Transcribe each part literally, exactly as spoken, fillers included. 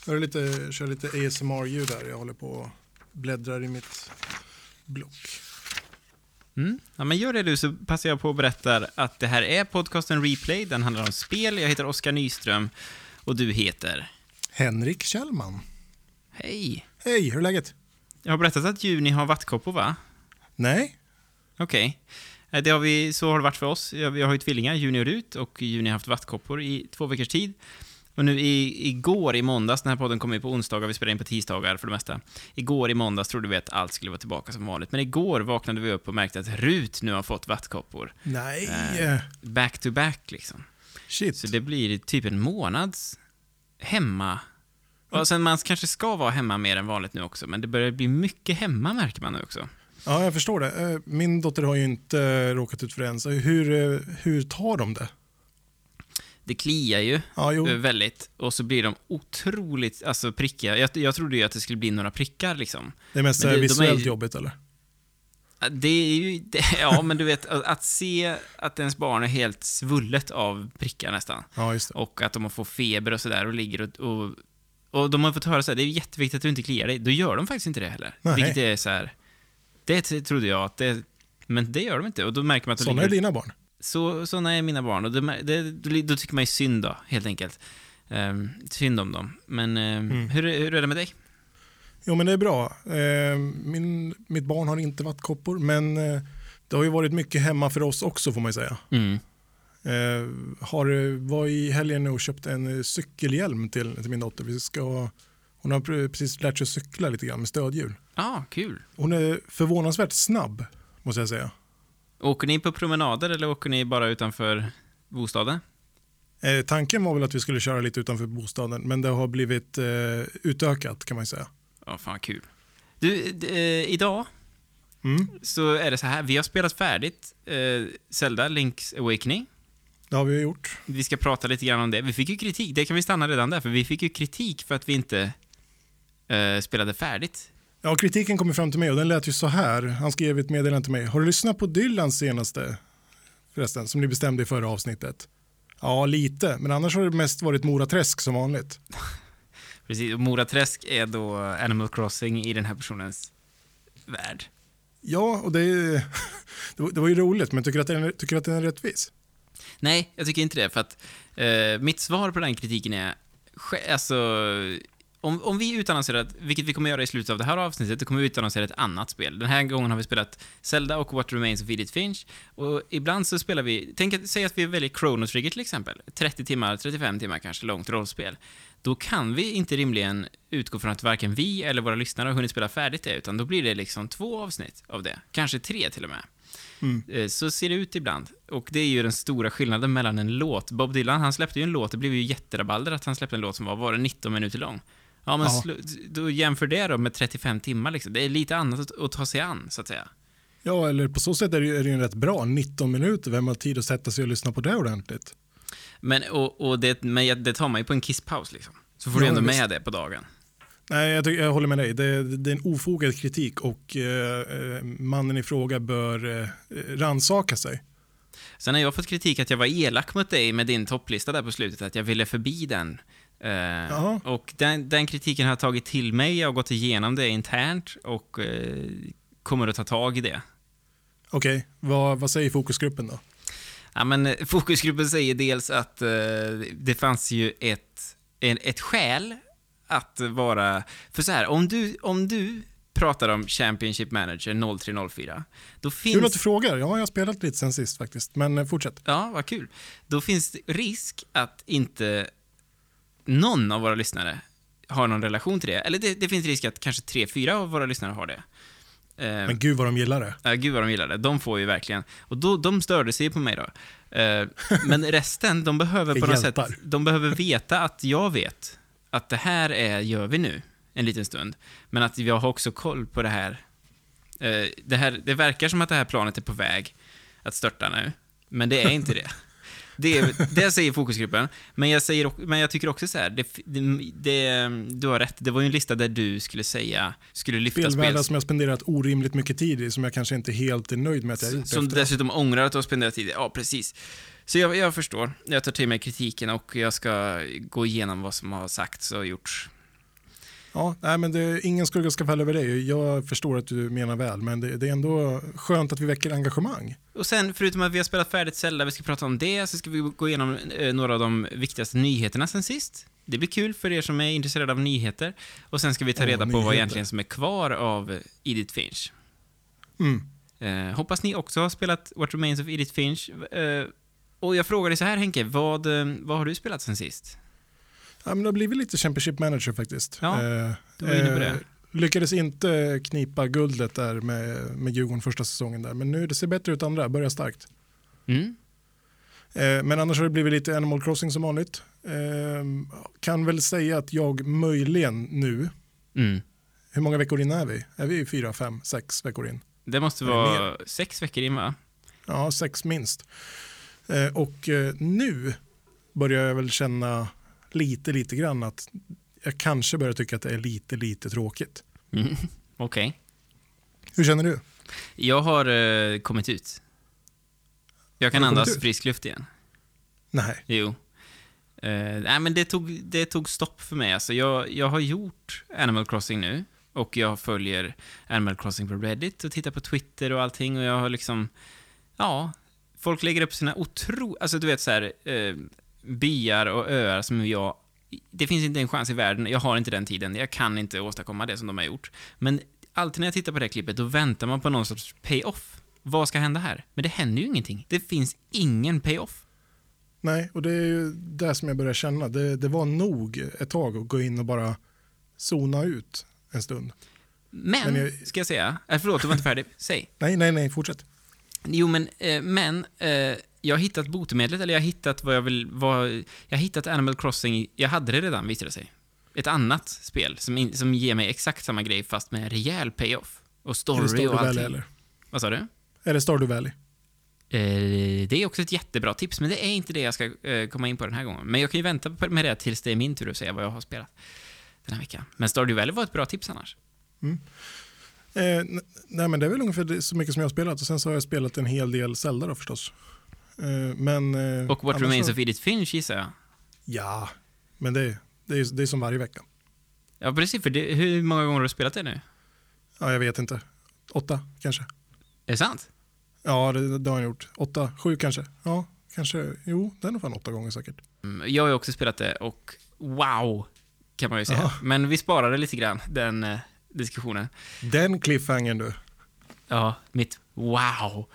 Jag lite, kör lite A S M R-ljud där. Jag håller på och bläddrar i mitt block. Mm. Ja, men gör det du, så passar jag på att berätta att det här är podcasten Replay. Den handlar om spel. Jag heter Oskar Nyström och du heter... Henrik Kjellman. Hej. Hej, hur är läget? Jag har berättat att Juni har vattkoppor, va? Nej. Okej. Okay. Det har vi, så har det varit för oss. Vi har ju tvillingar, Juni och Rut, och Juni har haft vattkoppor i två veckors tid. Och nu i, igår i måndags, den här podden kommer ju på onsdagar, vi spelar in på tisdagar för det mesta. Igår i måndags trodde vi att allt skulle vara tillbaka som vanligt. Men igår vaknade vi upp och märkte att Rut nu har fått vattkoppor. Nej. Eh, back to back liksom. Shit. Så det blir typ en månads hemma. Och sen man kanske ska vara hemma mer än vanligt nu också, men det börjar bli mycket hemma märker man nu också. Ja, jag förstår det. Min dotter har ju inte råkat ut för det än. Så hur, hur tar de det? Det kliar ju ja, väldigt. Och så blir de otroligt alltså, prickiga. Jag, jag trodde ju att det skulle bli några prickar liksom. Det är mest men det, visuellt de är, jobbigt eller? Det är ju... Det, ja, men du vet, att se att ens barn är helt svullet av prickar nästan. Ja, just det. Och att de har fått feber och sådär och ligger och... och och de har fått höra så här, det är jätteviktigt att du inte kliar dig. Då gör de faktiskt inte det heller. Nej. Vilket är så här... Det trodde jag att det... Men det gör de inte. Och då märker man att... Såna ligger, är dina barn? Så, såna är mina barn. Och det, det, då tycker man ju synd då, helt enkelt. Um, synd om dem. Men um, mm. hur, hur är det med dig? Jo, men det är bra. Eh, min, mitt barn har inte vattkoppor, men eh, det har ju varit mycket hemma för oss också får man ju säga. Mm. Eh, har var i helgen nu och köpt en cykelhjälm till, till min dotter. Vi ska, hon har precis lärt sig cykla lite grann med stödhjul. Ah, kul. Hon är förvånansvärt snabb, måste jag säga. Åker ni på promenader eller åker ni bara utanför bostaden? Eh, tanken var väl att vi skulle köra lite utanför bostaden, men det har blivit eh, utökat kan man ju säga. Ja, fan kul. Du, d- eh, idag mm. så är det så här, vi har spelat färdigt eh, Zelda Link's Awakening. Det har vi gjort. Vi ska prata lite grann om det. Vi fick ju kritik, det kan vi stanna redan där, för vi fick ju kritik för att vi inte eh, spelade färdigt. Ja, kritiken kom fram till mig och den lät ju så här. Han skrev ett meddelande till mig. Har du lyssnat på Dylans senaste förresten, som ni bestämde i förra avsnittet? Ja, lite. Men annars har det mest varit Moraträsk som vanligt. Precis, och Moraträsk är då Animal Crossing i den här personens värld. Ja, och det, är, det var ju roligt, men tycker du att den, tycker att den är rättvis? Nej, jag tycker inte det, för att eh, mitt svar på den kritiken är alltså... Om, om vi utannonserar, vilket vi kommer göra i slutet av det här avsnittet, då kommer vi utannonsera ett annat spel. Den här gången har vi spelat Zelda och What Remains of Edith Finch. Och ibland så spelar vi, tänk att säga att vi väljer Chrono Trigger till exempel. trettio timmar, trettiofem timmar kanske, långt rollspel. Då kan vi inte rimligen utgå från att varken vi eller våra lyssnare har hunnit spela färdigt det, utan då blir det liksom två avsnitt av det. Kanske tre till och med. Mm. Så ser det ut ibland. Och det är ju den stora skillnaden mellan en låt. Bob Dylan, han släppte ju en låt, det blev ju jätterabalder att han släppte en låt som var, var det nitton minuter lång. Ja, men sl- då jämför det då med trettiofem timmar liksom. Det är lite annat att, att ta sig an, så att säga. Ja, eller på så sätt är det ju, är det ju rätt bra. nitton minuter, vem har tid att sätta sig och lyssna på det ordentligt? Men, och, och det, men det tar man ju på en kisspaus liksom. Så får ja, du ändå visst. med det på dagen. Nej, jag, jag håller med dig. Det, det är en ofogad kritik och eh, mannen i fråga bör eh, ransaka sig. Sen har jag fått kritik att jag var elak mot dig med din topplista där på slutet, att jag ville förbi den. Uh, och den, den kritiken har jag tagit till mig. Jag har gått igenom det internt och uh, kommer att ta tag i det. Okej, okay. vad, vad säger fokusgruppen då? Ja, men fokusgruppen säger dels att uh, det fanns ju ett, en, ett skäl att vara... För så här, om du, om du pratar om Championship Manager noll tre noll fyra, då finns... Kul att du frågar. Ja, jag har spelat lite sen sist faktiskt, men fortsätt. Ja, vad kul. Då finns det risk att inte någon av våra lyssnare har någon relation till det. Eller det, det finns risk att kanske tre, fyra av våra lyssnare har det. Men uh, gud vad de gillar det. Ja, uh, gud vad de gillar det. De får ju verkligen. Och då, de störde sig på mig då. Uh, men resten, de behöver på något sätt, de behöver veta att jag vet att det här är, gör vi nu en liten stund. Men att vi har också koll på det här. Uh, det här. Det verkar som att det här planet är på väg att störta nu. Men det är inte det. Det, det säger fokusgruppen. Men jag, säger, men jag tycker också så här, det, det, det, du har rätt, det var ju en lista där du skulle säga, skulle lyfta spel. Spelvärldar som jag spenderat orimligt mycket tid i, som jag kanske inte helt är nöjd med att jag gjort. Som efter. Dessutom ångrar att du har spenderat tid i. Ja, precis. Så jag, jag förstår. Jag tar till mig kritiken och jag ska gå igenom vad som har sagts och gjorts. Ja, nej, men det, ingen skugga ska falla över dig. Jag förstår att du menar väl, men det, det är ändå skönt att vi väcker engagemang. Och sen, förutom att vi har spelat färdigt Zelda, vi ska prata om det, så ska vi gå igenom eh, några av de viktigaste nyheterna sen sist. Det blir kul för er som är intresserade av nyheter. Och sen ska vi ta Åh, reda på nyheter. vad egentligen som är kvar av Edith Finch. Mm. Eh, hoppas ni också har spelat What Remains of Edith Finch. Eh, och jag frågar dig så här, Henke, vad, eh, vad har du spelat sen sist? Ja, men det har blivit lite Championship Manager faktiskt. Ja, eh, du var inne på det. eh, lyckades inte knipa guldet där med, med Djurgården första säsongen där. Men nu det ser bättre ut andra, börjar starkt. Mm. Eh, men annars har det blivit lite Animal Crossing som vanligt. Eh, kan väl säga att jag möjligen nu, Mm. hur många veckor in är vi? Är vi fyra, fem, sex veckor in? Det måste Är det vara sex veckor in, va? Ja, sex minst. Eh, och eh, nu börjar jag väl känna lite, lite grann att jag kanske börjar tycka att det är lite, lite tråkigt. Mm. Okej. Okay. Hur känner du? Jag har eh, kommit ut. Jag kan Har du kommit andas ut? frisk luft igen. Nej. Jo. Eh, nej, men det tog, det tog stopp för mig. Alltså, jag, jag har gjort Animal Crossing nu. Och jag följer Animal Crossing på Reddit och tittar på Twitter och allting. Och jag har liksom... Ja, folk lägger upp sina otro... Alltså, du vet så här... Eh, byar och öar som jag... Det finns inte en chans i världen. Jag har inte den tiden. Jag kan inte åstadkomma det som de har gjort. Men alltid när jag tittar på det klippet, då väntar man på någon sorts payoff. Vad ska hända här? Men det händer ju ingenting. Det finns ingen payoff. Nej, och det är ju det som jag börjar känna. Det, det var nog ett tag att gå in och bara zona ut en stund. Men, Men jag- ska jag säga... Äh, förlåt, du var inte färdig. Säg. Nej, nej, nej, fortsätt. Jo, men, eh, men eh, jag har hittat botemedlet, eller jag har hittat vad jag vill... Vad, jag har hittat Animal Crossing... Jag hade det redan, visste det sig. Ett annat spel som, in, som ger mig exakt samma grej, fast med rejäl payoff. Och Är det story Stardew och allting. Valley eller? Vad sa du? Är det Stardew Valley? Eh, det är också ett jättebra tips, men det är inte det jag ska eh, komma in på den här gången. Men jag kan ju vänta på- med det tills det är min tur att säga vad jag har spelat den här veckan. Men Stardew Valley var ett bra tips annars. Eh, n- nej, men det är väl ungefär det- så mycket som jag har spelat. Och sen så har jag spelat en hel del Zelda då förstås. Eh, men... Eh, Och What annars Remains så- of Edith Finch, gissar jag. Ja, men det, det, är, det är som varje vecka. Ja, precis, för det, hur många gånger har du spelat det nu? Ja, jag vet inte. Åtta kanske. Är det sant? Ja, det, det har jag gjort. Åtta, sju kanske. Ja, kanske. Jo, det är nog fan åtta gånger säkert. Mm, Jag har ju också spelat det och wow, kan man ju säga. Aha. Men vi sparade lite grann, den eh, diskussionen. Den cliffhangern du. Ja, mitt wow.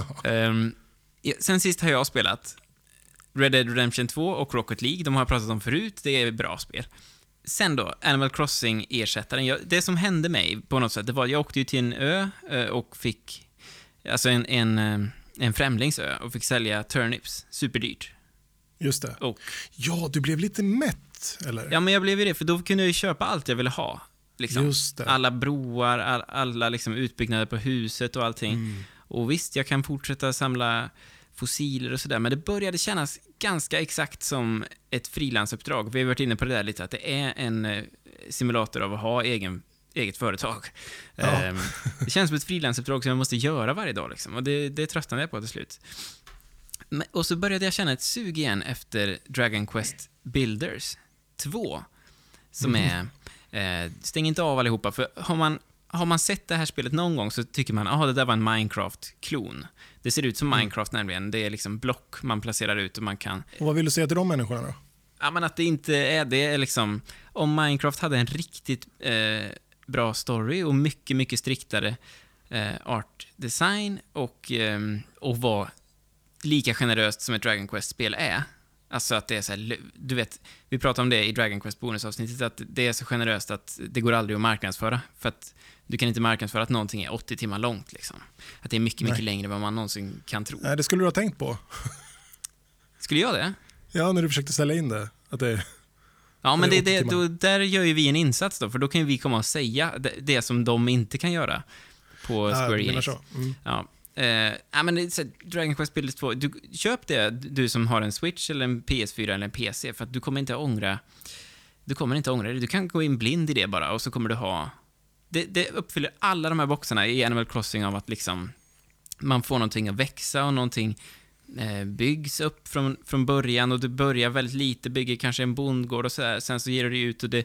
Ehm, ja, sen sist har jag spelat Red Dead Redemption två och Rocket League. De har jag pratat om förut, det är bra spel. Sen då, Animal Crossing-ersättaren. Jag, det som hände mig på något sätt, det var att jag åkte ju till en ö eh, och fick, alltså en, en, eh, en främlingsö och fick sälja turnips, superdyrt. Just det. Och Ja, du blev lite mätt, eller? ja, men jag blev ju det, för då kunde jag ju köpa allt jag ville ha. Liksom. Just det. Alla broar, all, alla liksom utbyggnader på huset och allting. Mm. Och visst, jag kan fortsätta samla fossiler och sådär, men det började kännas ganska exakt som ett frilansuppdrag. Vi har varit inne på det där lite, att det är en eh, simulator av att ha egen, eget företag. Ja. Ehm, det känns som ett frilansuppdrag som jag måste göra varje dag, liksom. Och det, det tröttnade jag på till slut. Men, och så började jag känna ett sug igen efter Dragon Quest Builders två, som Mhm. är... Eh, stäng inte av allihopa, för har man, har man sett det här spelet någon gång så tycker man, ah, det där var en Minecraft-klon. Det ser ut som Mm. Minecraft nämligen. Det är liksom block man placerar ut och man kan... Och vad vill du säga till de människorna då? Ja, men att det inte är det är liksom... Om Minecraft hade en riktigt eh, bra story och mycket, mycket striktare eh, art design och, eh, och var lika generöst som ett Dragon Quest-spel är. Alltså att det är så här, du vet, vi pratade om det i Dragon Quest bonusavsnittet, att det är så generöst att det går aldrig att marknadsföra, för att du kan inte marknadsföra att någonting är åttio timmar långt liksom. Att det är mycket, mycket Nej. längre än vad man någonsin kan tro. Nej, det skulle du ha tänkt på. Skulle jag det? Ja, när du försökte sälja in det. Att det Ja, men det det, är det, åttio då, timmar. där gör ju vi en insats då, för då kan ju vi komma och säga det, det som de inte kan göra på ja, Square du menar Enix. så. Mm. Ja. Eh, ja, men det är så här, Dragon Quest Builders två, du, köp det, du som har en Switch eller en P S fyra eller en P C, för att du kommer inte ångra du kommer inte ångra det. Du kan gå in blind i det bara, och så kommer du ha... Det, det uppfyller alla de här boxarna i Animal Crossing av att liksom man får någonting att växa och någonting eh, byggs upp från, från början, och du börjar väldigt lite, bygger kanske en bondgård och sådär, sen så ger du dig ut och det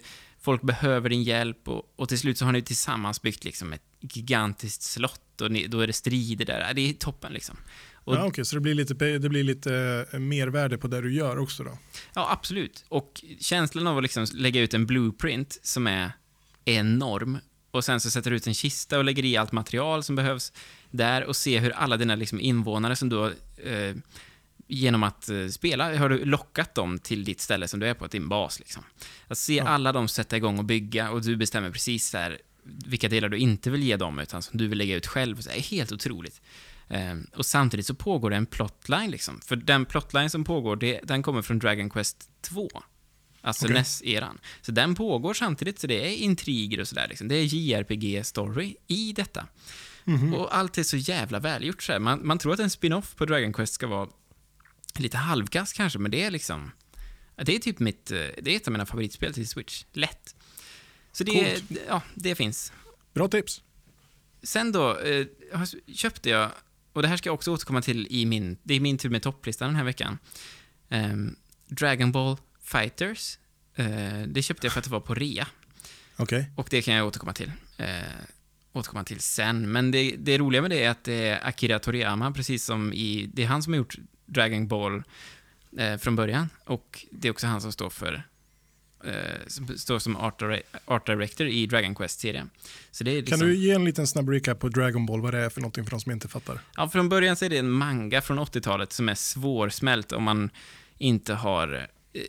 folk behöver din hjälp och, och till slut så har ni tillsammans byggt liksom ett gigantiskt slott och ni, då är det strider där. Det är toppen liksom. Och, ja, okej, okay, så det blir lite, det blir lite eh, mervärde på det du gör också då? Ja, absolut. Och känslan av att liksom lägga ut en blueprint som är enorm och sen så sätter du ut en kista och lägger i allt material som behövs där och se hur alla dina liksom invånare som du eh, genom att eh, spela har du lockat dem till ditt ställe som du är på, din bas liksom. Att se ja. alla dem sätta igång och bygga och du bestämmer precis där vilka delar du inte vill ge dem utan som du vill lägga ut själv. Så det är helt otroligt. Eh, och samtidigt så pågår det en plotline liksom. För den plotline som pågår, det, den kommer från Dragon Quest två. Alltså okay. N E S-eran. Så den pågår samtidigt, så det är intriger och sådär liksom. Det är J R P G-story i detta. Mm-hmm. Och allt är så jävla välgjort så här. Man, man tror att en spin-off på Dragon Quest ska vara lite halvkast kanske, men det är liksom det är typ mitt, det är ett av mina favoritspel till Switch. Lätt. Så det, ja, det finns. Bra tips. Sen då eh, köpte jag, och det här ska jag också återkomma till i min, det är min tur med topplistan den här veckan. Eh, Dragon Ball Fighters. Eh, det köpte jag för att det var på rea. Okej. Okay. Och det kan jag återkomma till. Eh, återkomma till sen. Men det, det roliga med det är att det är Akira Toriyama, precis som i, det är han som har gjort Dragon Ball eh, från början. Och det är också han som står för eh, som står som art, art director i Dragon Quest-serien. Så det är liksom... Kan du ge en liten snabb recap på Dragon Ball, vad det är för någonting för de som inte fattar? Ja, från början så är det en manga från åttiotalet som är svårsmält om man inte har...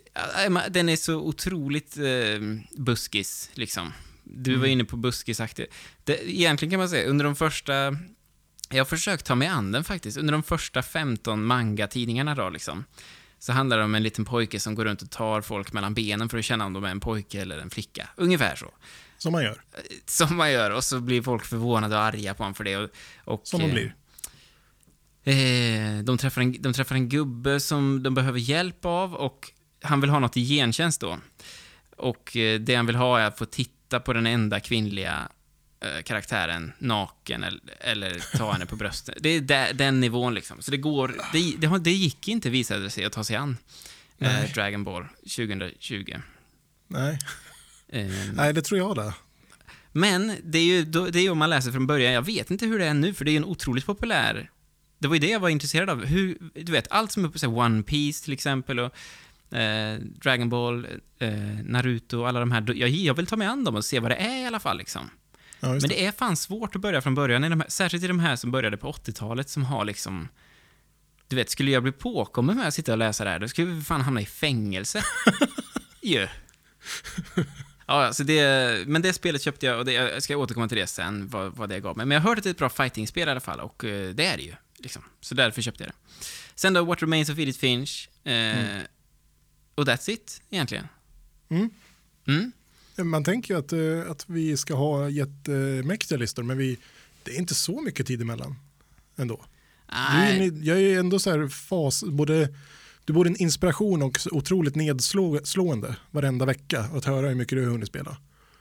Den är så otroligt eh, buskis, liksom. Du mm. var inne på buskisaktigt. Egentligen kan man säga, under de första... Jag har försökt ta mig an den faktiskt. Under de första femton manga-tidningarna då, liksom. Så handlar det om en liten pojke som går runt och tar folk mellan benen för att känna om de är en pojke eller en flicka. Ungefär så. Som man gör. Som man gör, och så blir folk förvånade och arga på honom för det. Och, och, som man blir. Eh, de, träffar en, de träffar en gubbe som de behöver hjälp av och han vill ha något i gentjänst då. Och eh, det han vill ha är att få titta på den enda kvinnliga eh, karaktären naken eller, eller ta henne på bröstet. Det är där, den nivån liksom. Så det går, det, det, det gick inte visade sig att ta sig an eh, Dragon Ball tjugohundratjugo. Nej. Eh, Nej, det tror jag det. Men det är ju det är ju om man läser från början. Jag vet inte hur det är nu, för det är ju en otroligt populär. Det var ju det jag var intresserad av. Hur, du vet, allt som är på så här, One Piece till exempel och Eh, Dragon Ball, eh, Naruto och alla de här. Jag, jag vill ta mig an dem och se vad det är i alla fall liksom. Ja, men det är fan svårt att börja från början i de här, särskilt i de här som började på åttiotalet som har liksom, du vet, skulle jag bli påkommen med att sitta och läsa det här, då skulle vi fan hamna i fängelse. yeah. Ja, så det, men det spelet köpte jag och det, jag ska återkomma till det sen vad, vad det gav mig. Men jag hörde att det är ett bra fighting-spel i alla fall och eh, det är det ju liksom. Så därför köpte jag det. Sen då What Remains of Edith Finch eh, mm. och that's it, egentligen. Mm. Mm. Man tänker ju att, att vi ska ha jättemäktiga listor, men vi, det är inte så mycket tid emellan ändå. Nej. Du, jag är ändå så här fas, både, du är både en inspiration och otroligt nedslående varenda vecka att höra hur mycket du har hunnit spela.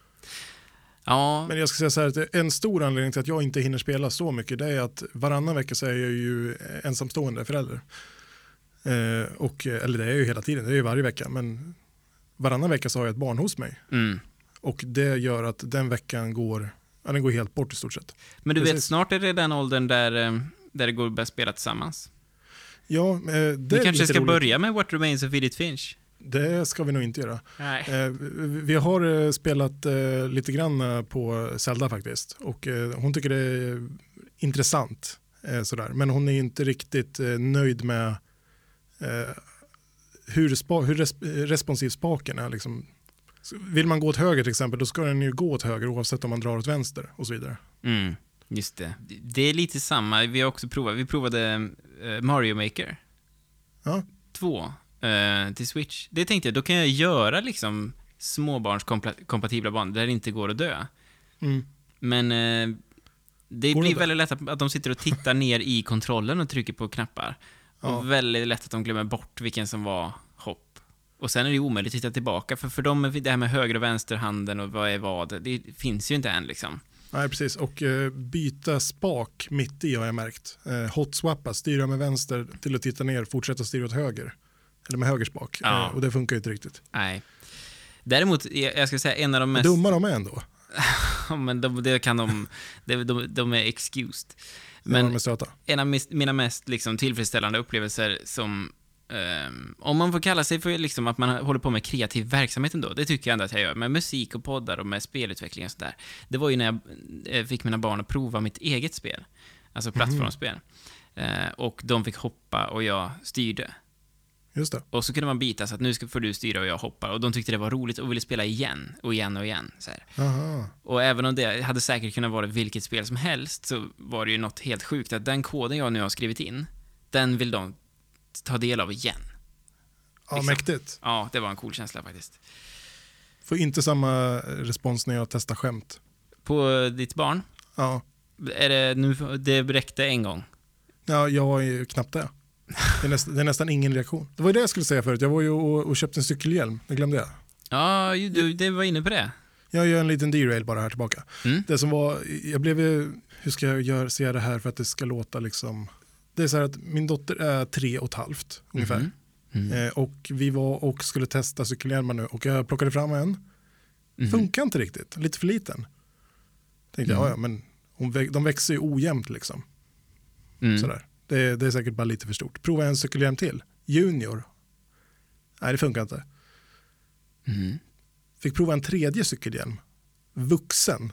Ja. Men jag ska säga så här, att en stor anledning till att jag inte hinner spela så mycket, det är att varannan vecka så är jag ju ensamstående förälder. Eh, och, eller det är ju hela tiden, det är ju varje vecka, men varannan vecka så har jag ett barn hos mig. Mm. Och det gör att den veckan går, ja, den går helt bort i stort sett. Men du Precis. vet, snart är det den åldern där, där det går att börja spela tillsammans. Ja, eh, det vi är kanske ska roligt. Börja med What Remains of Edith Finch. Det ska vi nog inte göra. Nej. Eh, vi har eh, spelat eh, lite grann på Zelda faktiskt. Och eh, hon tycker det är intressant. Eh, sådär. Men hon är inte riktigt eh, nöjd med eh, hur, spa, hur res, responsiv spaken är. Liksom. Vill man gå åt höger till exempel, då ska den ju gå åt höger oavsett om man drar åt vänster och så vidare. Mm, just det. Det är lite samma. Vi har också provat. Vi provade eh, Mario Maker. Ja. Två. till Switch. Det tänkte jag, då kan jag göra liksom småbarnskompatibla banor där det inte går att dö. Mm. Men eh, det går blir det väldigt lätt att, att de sitter och tittar ner i kontrollen och trycker på knappar. Ja. Och väldigt lätt att de glömmer bort vilken som var hopp. Och sen är det omöjligt att titta tillbaka, för för dem är det här med höger och vänsterhanden och vad är vad, det finns ju inte än liksom. Nej, precis. Och eh, byta spak mitt i har jag märkt. Eh, hot swappa, styra med vänster till att titta ner, fortsätta styra åt höger. Eller med högerspak. Ja. Eh, och det funkar ju inte riktigt. Nej. Däremot, jag jag ska säga en av de mest... Dumma de är ändå. Ja, men de, det kan de... De, de, de är excused. Men Men de är söta. en av mis, mina mest liksom, tillfredsställande upplevelser som... Um, om man får kalla sig för liksom, att man håller på med kreativ verksamhet ändå, det tycker jag ändå att jag gör, med musik och poddar och med spelutveckling och sådär. Det var ju när jag fick mina barn att prova mitt eget spel, alltså plattformsspel. Mm. Uh, och de fick hoppa och jag styrde. Just det. Och så kunde man bita så att nu ska, får du styra och jag hoppar. Och de tyckte det var roligt och ville spela igen och igen och igen. Så här. Aha. Och även om det hade säkert kunnat vara vilket spel som helst, så var det ju något helt sjukt att den koden jag nu har skrivit in, den vill de ta del av igen. Ja, Liksom. mäktigt. Ja, det var en cool känsla faktiskt. Får inte samma respons när jag testar skämt. På ditt barn? Ja. Är det nu, det räckte en gång? Ja, jag var ju knappt det. Det är, näst, det är nästan ingen reaktion. Det var ju det jag skulle säga förut. Jag var ju och, och köpte en cykelhjälm. Det glömde jag. Ja, ju- du, det var inne på det. Jag gör en liten derail bara här tillbaka. Mm. Det som var, jag blev ju, hur ska jag göra, säga det här för att det ska låta liksom, det är så här att min dotter är tre och ett halvt ungefär. Mhm. Mm. Eh, och vi var och skulle testa cykelhjälmar nu och jag plockade fram en. Mhm. Funkar inte riktigt, lite för liten. Tänkte Mm. jag, ja men hon, vä- de växer ju ojämnt liksom. Mm. Sådär. Det, det är säkert bara lite för stort. Prova en cykelhjälm till. Junior. Nej, det funkar inte. Mm. Fick prova en tredje cykelhjälm. Vuxen.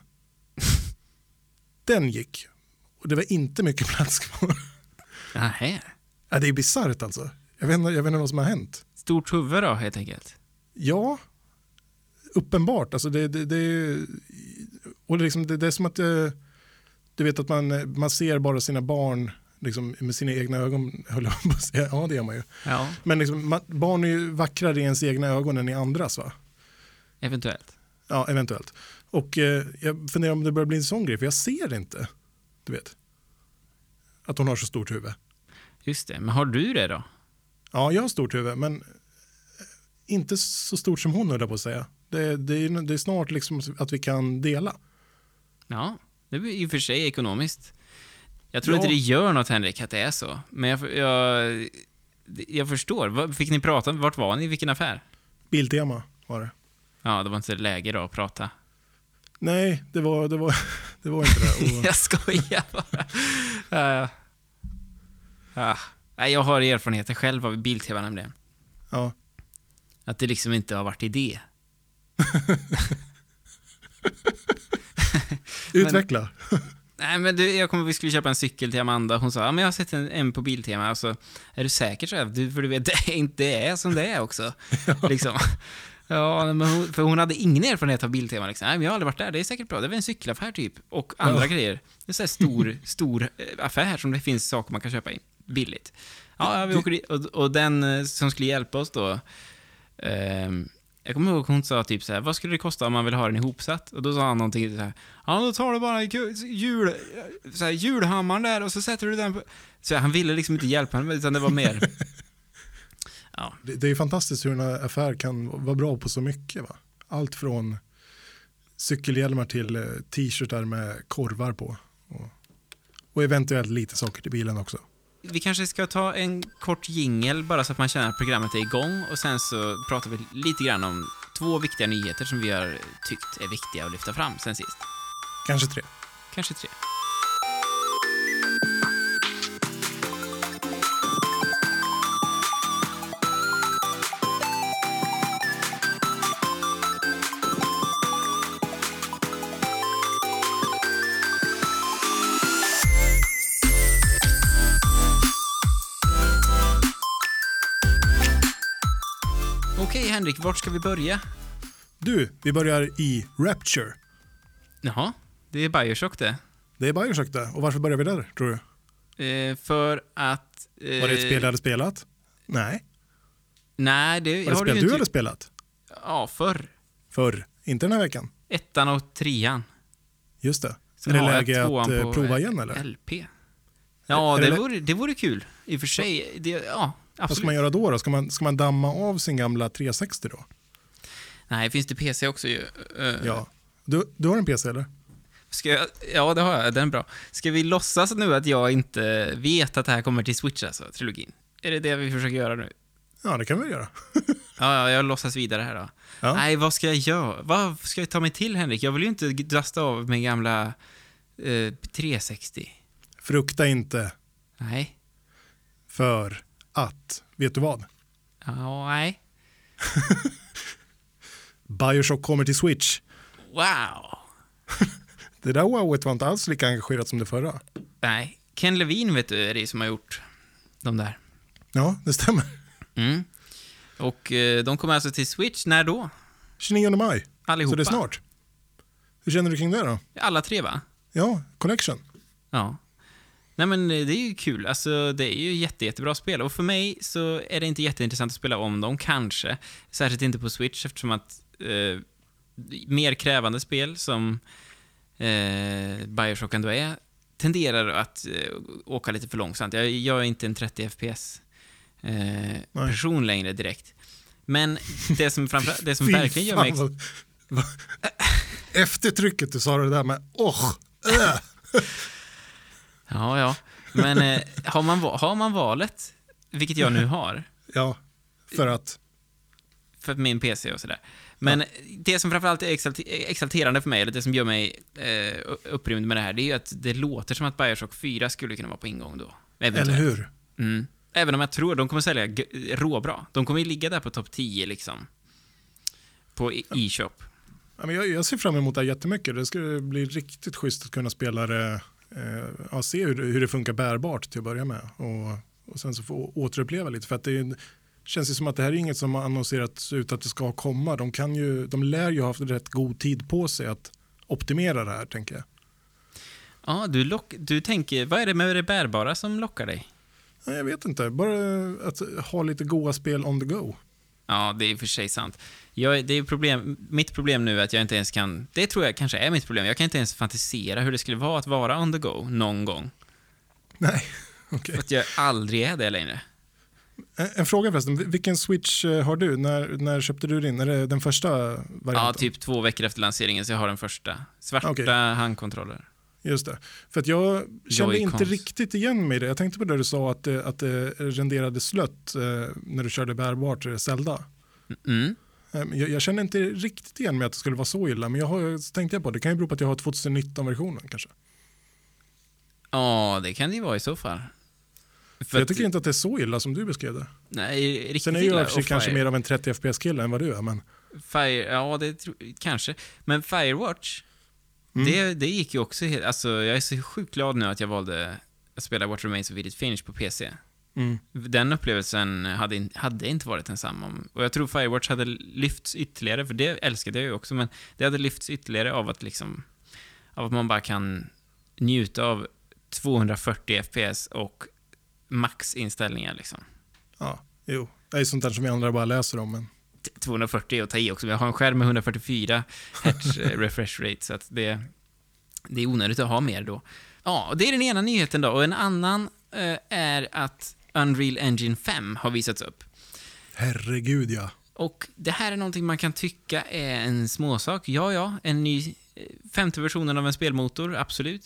Den gick. Och det var inte mycket plats kvar. Nähä. Ja, det är bisarrt alltså. Jag vet, inte, jag vet inte vad som har hänt. Stort huvud då, helt enkelt. Ja, uppenbart. Alltså det, det, det, är- och det, är liksom, det, det är som att eh, du vet att man, man ser bara sina barn liksom, med sina egna ögon. Höll jag på att säga. Ja, det gör man ju. Ja, Men liksom, man, barn är ju vackrare i ens egna ögon än i andras, va? eventuellt. Ja, eventuellt. Och eh, jag funderar om det börjar bli en sån grej, för jag ser inte, du vet, att hon har så stort huvud. Just det. Men har du det då? Ja, jag har stort huvud, men eh, inte så stort som hon, höll jag på att säga. Det, det, är, det är snart liksom att vi kan dela. Ja, det är i och för sig ekonomiskt. Jag tror Ja. inte det gör något, Henrik, att det är så. Men jag, jag, jag förstår. Vad- Fick ni prata? Vart var ni? Vilken affär? Biltema var det. Ja, det var inte läge då att prata. Nej, det var, det var, det var inte det. Och, Jag skojar bara. Ja, ja. Nej, jag har erfarenheter själv av Biltema nämligen. ja. Att det liksom inte har varit idé. Utveckla. Nej, men du, jag kommer vi skulle köpa en cykel till Amanda. Hon sa, ja, men jag har sett en, en på Biltema. Alltså, är du säker så här? Du, för du vet, det är inte det är som det är också. Liksom. Ja, men hon, för hon hade ingen erfarenhet av Biltema. Liksom. Nej, men jag har aldrig varit där. Det är säkert bra. Det är väl en cykelaffär typ. Och andra Ja. grejer. Det är så här stor, stor eh, affär som det finns saker man kan köpa in. Billigt. Ja, ja vi åker dit. Och, och den eh, som skulle hjälpa oss då... ehm, jag kommer ihåg hon sa typ så här, vad skulle det kosta om man vill ha den ihopsatt? Och då sa han någonting så här, ja då tar du bara jul, så här, julhammaren där och så sätter du den på... Så han ville liksom inte hjälpa henne, utan det var mer... Ja, Det, det är fantastiskt hur en affär kan vara bra på så mycket, va? Allt från cykelhjälmar till eh, t-shirtar med korvar på. Och, och eventuellt lite saker till bilen också. vi kanske ska ta en kort jingle bara så att man känner att programmet är igång och sen så pratar vi lite grann om två viktiga nyheter som vi har tyckt är viktiga att lyfta fram sen sist. Kanske tre. Kanske tre. Okej, Henrik, vart ska vi börja? Du, vi börjar i Rapture. Jaha, det är Bioshock det. Det är Bioshock det. Och varför börjar vi där, tror du? Eh, för att... Eh, Var det ett spel du hade spelat? Nej. Nej, det Var det ett har spel ju du inte- hade spelat? Ja, förr. Förr. Inte den här veckan. Ettan och trean. Just det. Sen är det har jag läge att tvåan eh, på prova igen, eller? L P. Ja, Är det, det- vore, det vore kul. I och för sig, det, ja, Vad ska absolut. man göra då? då? Ska, man, ska man damma av sin gamla tre sextio då? Nej, finns det P C också ju. Eh, Ja. Du, du har en P C, eller? Ska jag, ja, det har jag. Den är bra. Ska vi låtsas nu att jag inte vet att det här kommer till Switch, alltså, trilogin? Är det det vi försöker göra nu? Ja, det kan vi göra. Ja, ja, jag låtsas vidare här då. Ja. Nej, vad ska jag göra? Vad ska jag ta mig till, Henrik? Jag vill ju inte dasta av min gamla eh, trehundrasextio. Frukta inte Nej. för att, vet du vad? Ja, nej. Bioshock kommer till Switch. Wow. Det där wowet var inte alls lika engagerat som det förra. Nej. Ken Levine, vet du, är det som har gjort de där. Ja, det stämmer. Mm. Och eh, de kommer alltså till Switch, när då? tjugonionde maj. Allihopa. Så det är snart. Hur känner du kring det då? Alla tre, va? Ja, Collection. Ja. Nej, men det är ju kul. Alltså, det är ju jätte, jättebra spel. Och för mig så är det inte jätteintressant att spela om dem, kanske. Särskilt inte på Switch, eftersom att eh, mer krävande spel som eh, Bioshock ändå är tenderar att eh, åka lite för långsamt. Jag, jag är inte en trettio F P S eh, person längre direkt. Men det som, framför, det som verkligen gör mig... Vad, vad, eftertrycket du sa det där med åh, äh. Ja, ja. Men eh, har, man, har man valet, vilket jag nu har... Ja, för att... För min P C och sådär. Men ja. Det som framförallt är exalter- exalterande för mig, eller det som gör mig eh, upprymd med det här, det är ju att det låter som att Bioshock fyra skulle kunna vara på ingång då. Eventuellt. Eller hur? Mm. Även om jag tror de kommer sälja g- råbra. De kommer ju ligga där på topp tio liksom. På e-shop. Ja, men jag, jag ser fram emot det här jättemycket. Det ska bli riktigt schysst att kunna spela det, eh, ja, se hur, hur det funkar bärbart till att börja med. Och, och sen så få återuppleva lite. För att det är, känns ju som att det här är inget som har annonserats ut att det ska komma. De, kan ju, de lär ju ha haft rätt god tid på sig att optimera det här, tänker jag. Ja, du, lock, du tänker, vad är det med det bärbara som lockar dig? Ja, jag vet inte, bara att ha lite goda spel on the go. Ja, det är för sig sant. Jag, det är problem, mitt problem nu är att jag inte ens kan... Det tror jag kanske är mitt problem. Jag kan inte ens fantisera hur det skulle vara att vara on the go någon gång. Nej, okej. Okay. För att jag aldrig är det längre. En, en fråga förresten, vilken Switch har du? När, när köpte du din? Är det den första varianten? Ja, typ två veckor efter lanseringen, så jag har den första. Svarta okay. handkontroller. Just det. För att jag kände Joy-Cons. inte riktigt igen mig det. Jag tänkte på det du sa att det, att det renderade slött eh, när du körde bärbart Zelda. Mm. Jag, jag känner inte riktigt igen mig att det skulle vara så illa, men jag har, så tänkte jag på det kan ju bero på att jag har tjugonitton-versionen kanske. Ja, det kan det ju vara i så fall. För För jag tycker att, inte att det är så illa som du beskrev det. Nej, riktigt Sen är illa. jag kanske mer av en trettio F P S-kille än vad du är, men... Fire, ja, det kanske. Men Firewatch, mm. det, det gick ju också helt... Alltså, jag är så sjukt glad nu att jag valde att spela What Remains of Edith Finch på P C. Mm. Den upplevelsen hade, hade inte varit densamma. Och jag tror Firewatch hade lyfts ytterligare, för det älskade jag ju också, men det hade lyfts ytterligare av att liksom... Av att man bara kan njuta av tvåhundrafyrtio F P S och maxinställningar liksom. Ja, jo. Det är sånt där som vi andra bara läser om. Men... tvåhundrafyrtio och ta i också. Jag har en skärm med hundrafyrtiofyra hertz refresh rate, så att det, det är onödigt att ha mer då. Ja, det är den ena nyheten då. Och en annan eh, är att Unreal Engine fem har visats upp. Herregud, ja. Och det här är någonting man kan tycka är en småsak. Ja, ja, en ny femte versionen av en spelmotor, absolut.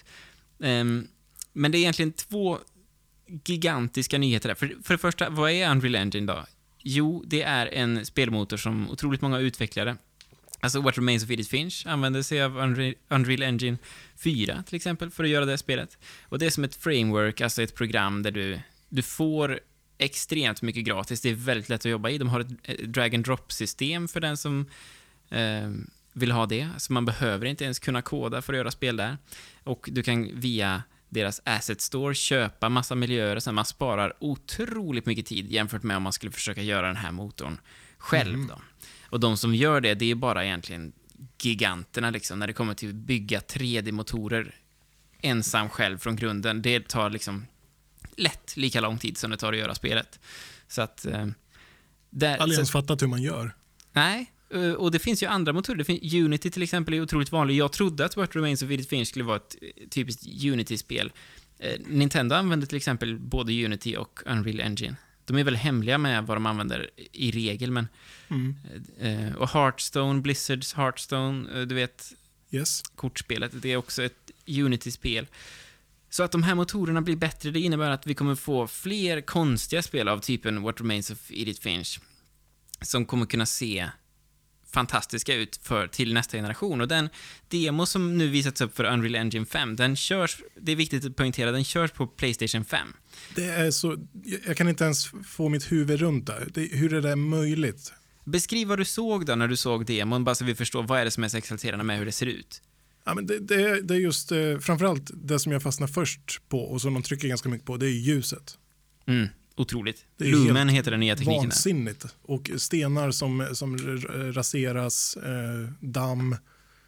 Um, men det är egentligen två gigantiska nyheter där. För, för det första, vad är Unreal Engine då? Jo, det är en spelmotor som otroligt många utvecklare, alltså What Remains of Edith Finch, använder sig av Unreal, Unreal Engine fyra till exempel för att göra det spelet. Och det är som ett framework, alltså ett program där du, du får extremt mycket gratis. Det är väldigt lätt att jobba i. De har ett, ett drag-and-drop-system för den som eh, vill ha det. Så man behöver inte ens kunna koda för att göra spel där. Och du kan via deras asset store köpa massa miljöer, så man sparar otroligt mycket tid jämfört med om man skulle försöka göra den här motorn själv mm. då. Och de som gör det, det är bara egentligen giganterna liksom, när det kommer till att bygga tre D-motorer ensam själv från grunden. Det tar liksom lätt lika lång tid som det tar att göra spelet. Så att eh, där, aldrig ens fattat hur man gör. Nej, och det finns ju andra motorer. Det finns, Unity till exempel är otroligt vanlig. Jag trodde att What Remains of Edith Finch skulle vara ett typiskt Unity-spel. Eh, Nintendo använder till exempel både Unity och Unreal Engine. De är väl hemliga med vad de använder i regel, men mm. eh, och Hearthstone, Blizzards Hearthstone, eh, du vet, yes. kortspelet, det är också ett Unity-spel. Så att de här motorerna blir bättre, det innebär att vi kommer få fler konstiga spel av typen What Remains of Edith Finch som kommer kunna se fantastiska ut för, till nästa generation. Och den demo som nu visats upp för Unreal Engine fem, den körs, det är viktigt att poängtera, den körs på PlayStation fem. Det är så, jag kan inte ens få mitt huvud runt det. det hur är det möjligt? Beskriv vad du såg då när du såg demon, bara så vi förstår vad är det som är så exalterande med hur det ser ut. Ja, men det, det, det är just eh, framförallt det som jag fastnar först på och som de trycker ganska mycket på, det är ljuset. Mm, otroligt. Det är Lumen heter den nya tekniken. Vansinnigt. Och stenar som, som raseras, eh, damm,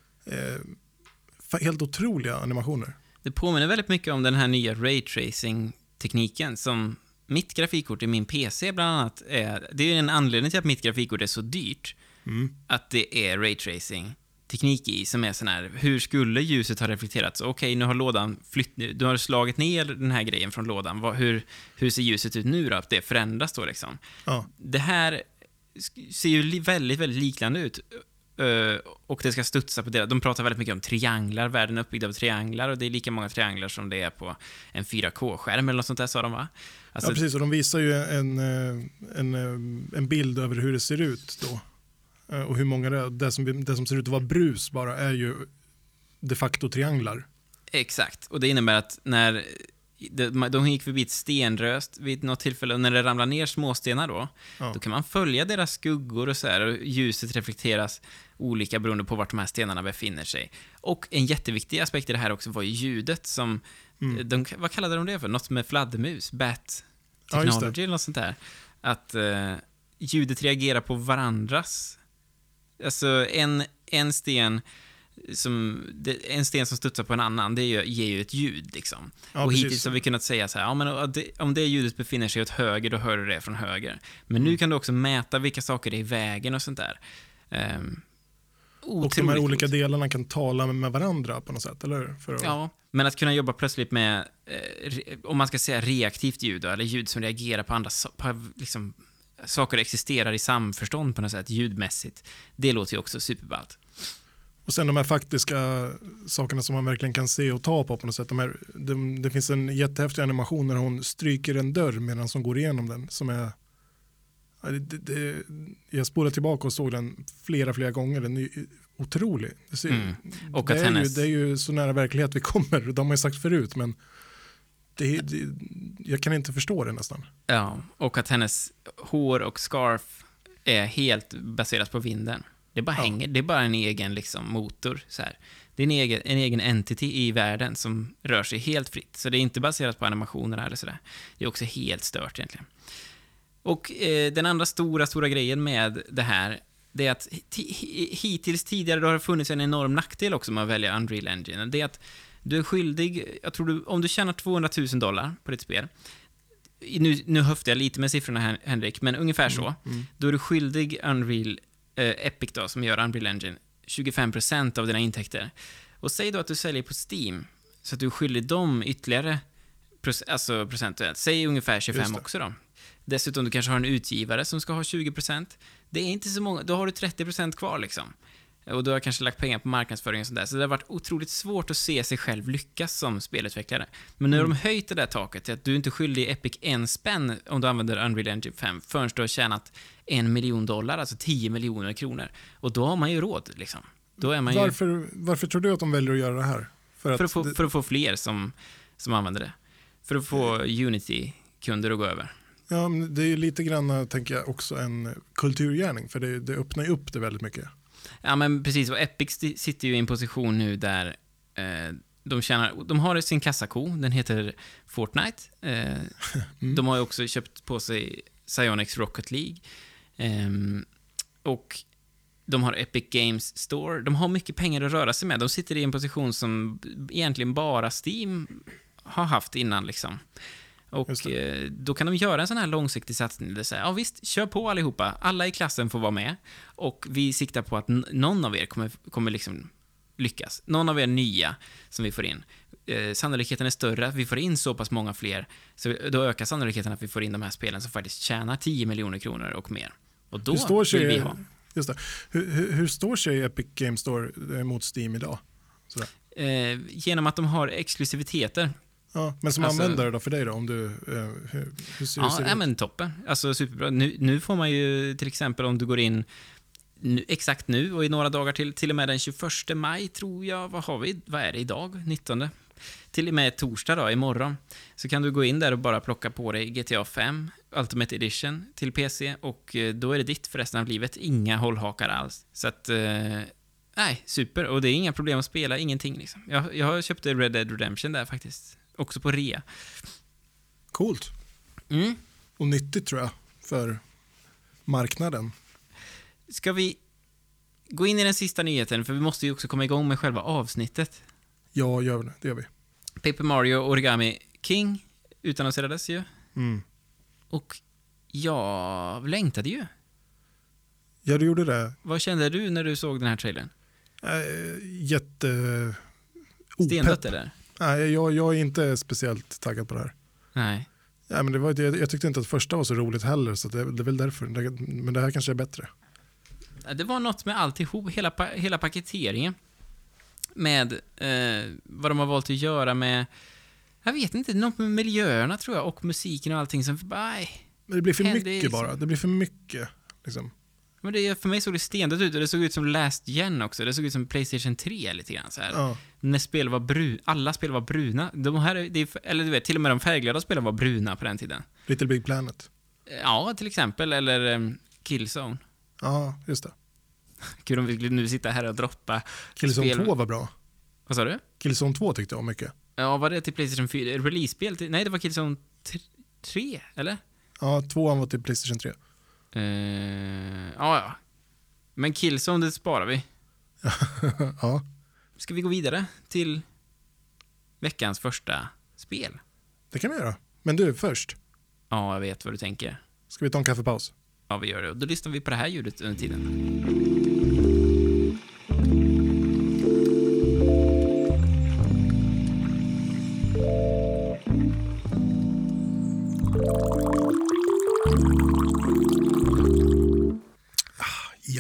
eh, helt otroliga animationer. Det påminner väldigt mycket om den här nya raytracing-tekniken som mitt grafikkort i min P C bland annat är. Det är en anledning till att mitt grafikkort är så dyrt. Mm. Att det är raytracing teknik i som är sån här, hur skulle ljuset ha reflekterats? Okej, okay, nu har lådan flytt, du har slagit ner den här grejen från lådan. Vad, hur, hur ser ljuset ut nu då? Att det förändras då liksom. Ja. Det här ser ju väldigt, väldigt liknande ut. Uh, och det ska studsa på det. De pratar väldigt mycket om trianglar, världen är uppbyggd av trianglar och det är lika många trianglar som det är på en fyra K-skärm eller något sånt där, sa de, va? Alltså, ja, precis, och de visar ju en, en, en bild över hur det ser ut då. Och hur många det är. Det som, det som ser ut att vara brus bara är ju de facto trianglar. Exakt, och det innebär att när de, de gick förbi ett stenröst vid något tillfälle och när det ramlar ner småstenar då, ja. Då kan man följa deras skuggor och så här, och ljuset reflekteras olika beroende på vart de här stenarna befinner sig. Och en jätteviktig aspekt i det här också var ju ljudet som, mm. de, vad kallade de det för? Något med fladdermus, bat technology, ja, eller något sånt där. Att uh, ljudet reagerar på varandras. Alltså en, en sten som, en sten som studsar på en annan, det ger ju ett ljud liksom. Ja, och hittills har vi kunnat säga så här, ja, men om det ljudet befinner sig åt höger, då hör du det från höger. Men mm. nu kan du också mäta vilka saker det är i vägen och sånt där. Um, och de här olika delarna kan tala med varandra på något sätt, eller? För att... Ja, men att kunna jobba plötsligt med, eh, om man ska säga reaktivt ljud då, eller ljud som reagerar på andra på, liksom, saker existerar i samförstånd på något sätt, ljudmässigt. Det låter ju också superballt. Och sen de här faktiska sakerna som man verkligen kan se och ta på på något sätt. De här, de, det finns en jättehäftig animation när hon stryker en dörr medan hon går igenom den. Som är, det, det, jag spolade tillbaka och såg den flera, flera gånger. Den är otrolig. Det, ser, mm. och det, att är hennes... ju, det är ju så nära verklighet vi kommer. De har ju sagt förut, men det, det, jag kan inte förstå det nästan. Ja, och att hennes hår och scarf är helt baserat på vinden. Det bara ja. hänger, det är bara en egen liksom, motor. Så här. Det är en egen, en egen entity i världen som rör sig helt fritt. Så det är inte baserat på animationerna eller sådär. Det är också helt stört egentligen. Och eh, den andra stora, stora grejen med det här, det är att t- hittills tidigare då har det funnits en enorm nackdel också med att välja Unreal Engine. Det är att du är skyldig, jag tror du, om du tjänar tvåhundratusen dollar på ditt spel, nu, nu höftar jag lite med siffrorna här, Henrik, men ungefär så, mm, mm. då är du skyldig Unreal eh, Epic då, som gör Unreal Engine, tjugofem procent av dina intäkter. Och säg då att du säljer på Steam, så att du är skyldig dem ytterligare proc- alltså procentuellt. Säg ungefär tjugofem också då. Dessutom du kanske har en utgivare som ska ha tjugo procent. Det är inte så många, då har du trettio procent kvar liksom. Och du har kanske lagt pengar på marknadsföring och sånt där. Så det har varit otroligt svårt att se sig själv lyckas som spelutvecklare. Men nu har mm. de höjt det där taket till att du inte är skyldig Epic en spänn om du använder Unreal Engine fem förrän du har tjänat en miljon dollar, alltså tio miljoner kronor. Och då har man ju råd liksom. Då är man ju... varför, varför tror du att de väljer att göra det här? För att, för att, få, det... för att få fler som, som använder det. För att få Unity-kunder att gå över. Ja, men det är ju lite grann, tänker jag, också en kulturgärning. För det, det öppnar ju upp det väldigt mycket. Ja, men precis. Och Epic sitter ju i en position nu där eh, de tjänar, de har sin kassako, den heter Fortnite. Eh, mm. De har ju också köpt på sig Psyonix Rocket League. Eh, och de har Epic Games Store. De har mycket pengar att röra sig med. De sitter i en position som egentligen bara Steam har haft innan liksom. Och eh, då kan de göra en sån här långsiktig satsning. Det säger, ja visst, kör på allihopa. Alla i klassen får vara med. Och vi siktar på att n- någon av er kommer, kommer liksom lyckas. Någon av er nya som vi får in. Eh, sannolikheten är större att vi får in så pass många fler. Så då ökar sannolikheten att vi får in de här spelen som faktiskt tjänar tio miljoner kronor och mer. Och då står sig, vill vi ha. Just det. Hur, hur, hur står sig Epic Games Store mot Steam idag? Eh, genom att de har exklusiviteter. Ja, men som Alltså- användare då för dig då, om du, eh, hur, hur, hur ser Ja, det ja ut? men toppen. Alltså superbra. Nu, nu får man ju till exempel om du går in nu, exakt nu och i några dagar till, till och med den tjugoförsta maj tror jag, vad har vi, vad är det idag? nittonde. Till och med torsdag då, imorgon. Så kan du gå in där och bara plocka på dig G T A fem Ultimate Edition till P C och eh, då är det ditt för resten av livet. Inga hållhakar alls. Så att, eh, nej, super. Och det är inga problem att spela, ingenting liksom. Jag, jag köpte Red Dead Redemption där faktiskt. Också på rea. Coolt. Mm. Och nyttigt tror jag för marknaden. Ska vi gå in i den sista nyheten, för vi måste ju också komma igång med själva avsnittet. Ja, gör det. Det gör vi. Paper Mario Origami King utannonserades ju. Mm. Och jag längtade ju. Ja, du gjorde det. Vad kände du när du såg den här trailern? Äh, jätte... Stendött opepp. eller? Nej, jag, jag är inte speciellt taggad på det här. Nej. Ja, men det var, jag, jag tyckte inte att första var så roligt heller, så det, det är väl därför. Det, men det här kanske är bättre. Det var något med alltihop, hela, pa- hela paketeringen. Med eh, vad de har valt att göra med, jag vet inte, något med miljöerna tror jag, och musiken och allting som, nej. Men det blir för Händer mycket liksom. bara. Det blir för mycket. Liksom. Men det, för mig såg det stendött ut och det såg ut som Last Gen också. Det såg ut som PlayStation tre lite grann så här. Ja. När spel var brun, alla spel var bruna. De här, det är, eller du vet, till och med de färgglada spelen var bruna på den tiden. Little Big Planet. Ja, till exempel. Eller um, Killzone. Ja, just det. Kul om vi skulle nu sitta här och droppa Killzone spel. två var bra. Vad sa du? Killzone två tyckte jag om mycket. Ja, var det till PlayStation fyra? Release-spel? Till, nej, det var Killzone tre, eller? Ja, tvåan var till PlayStation tre. Uh, ja, ja. Men Killzone, det sparar vi. Ja, Ska vi gå vidare till veckans första spel? det kan vi göra. Men du, först. Ja, jag vet vad du tänker. Ska vi ta en kaffepaus? Ja, vi gör det. Och då lyssnar vi på det här ljudet under tiden. Ja.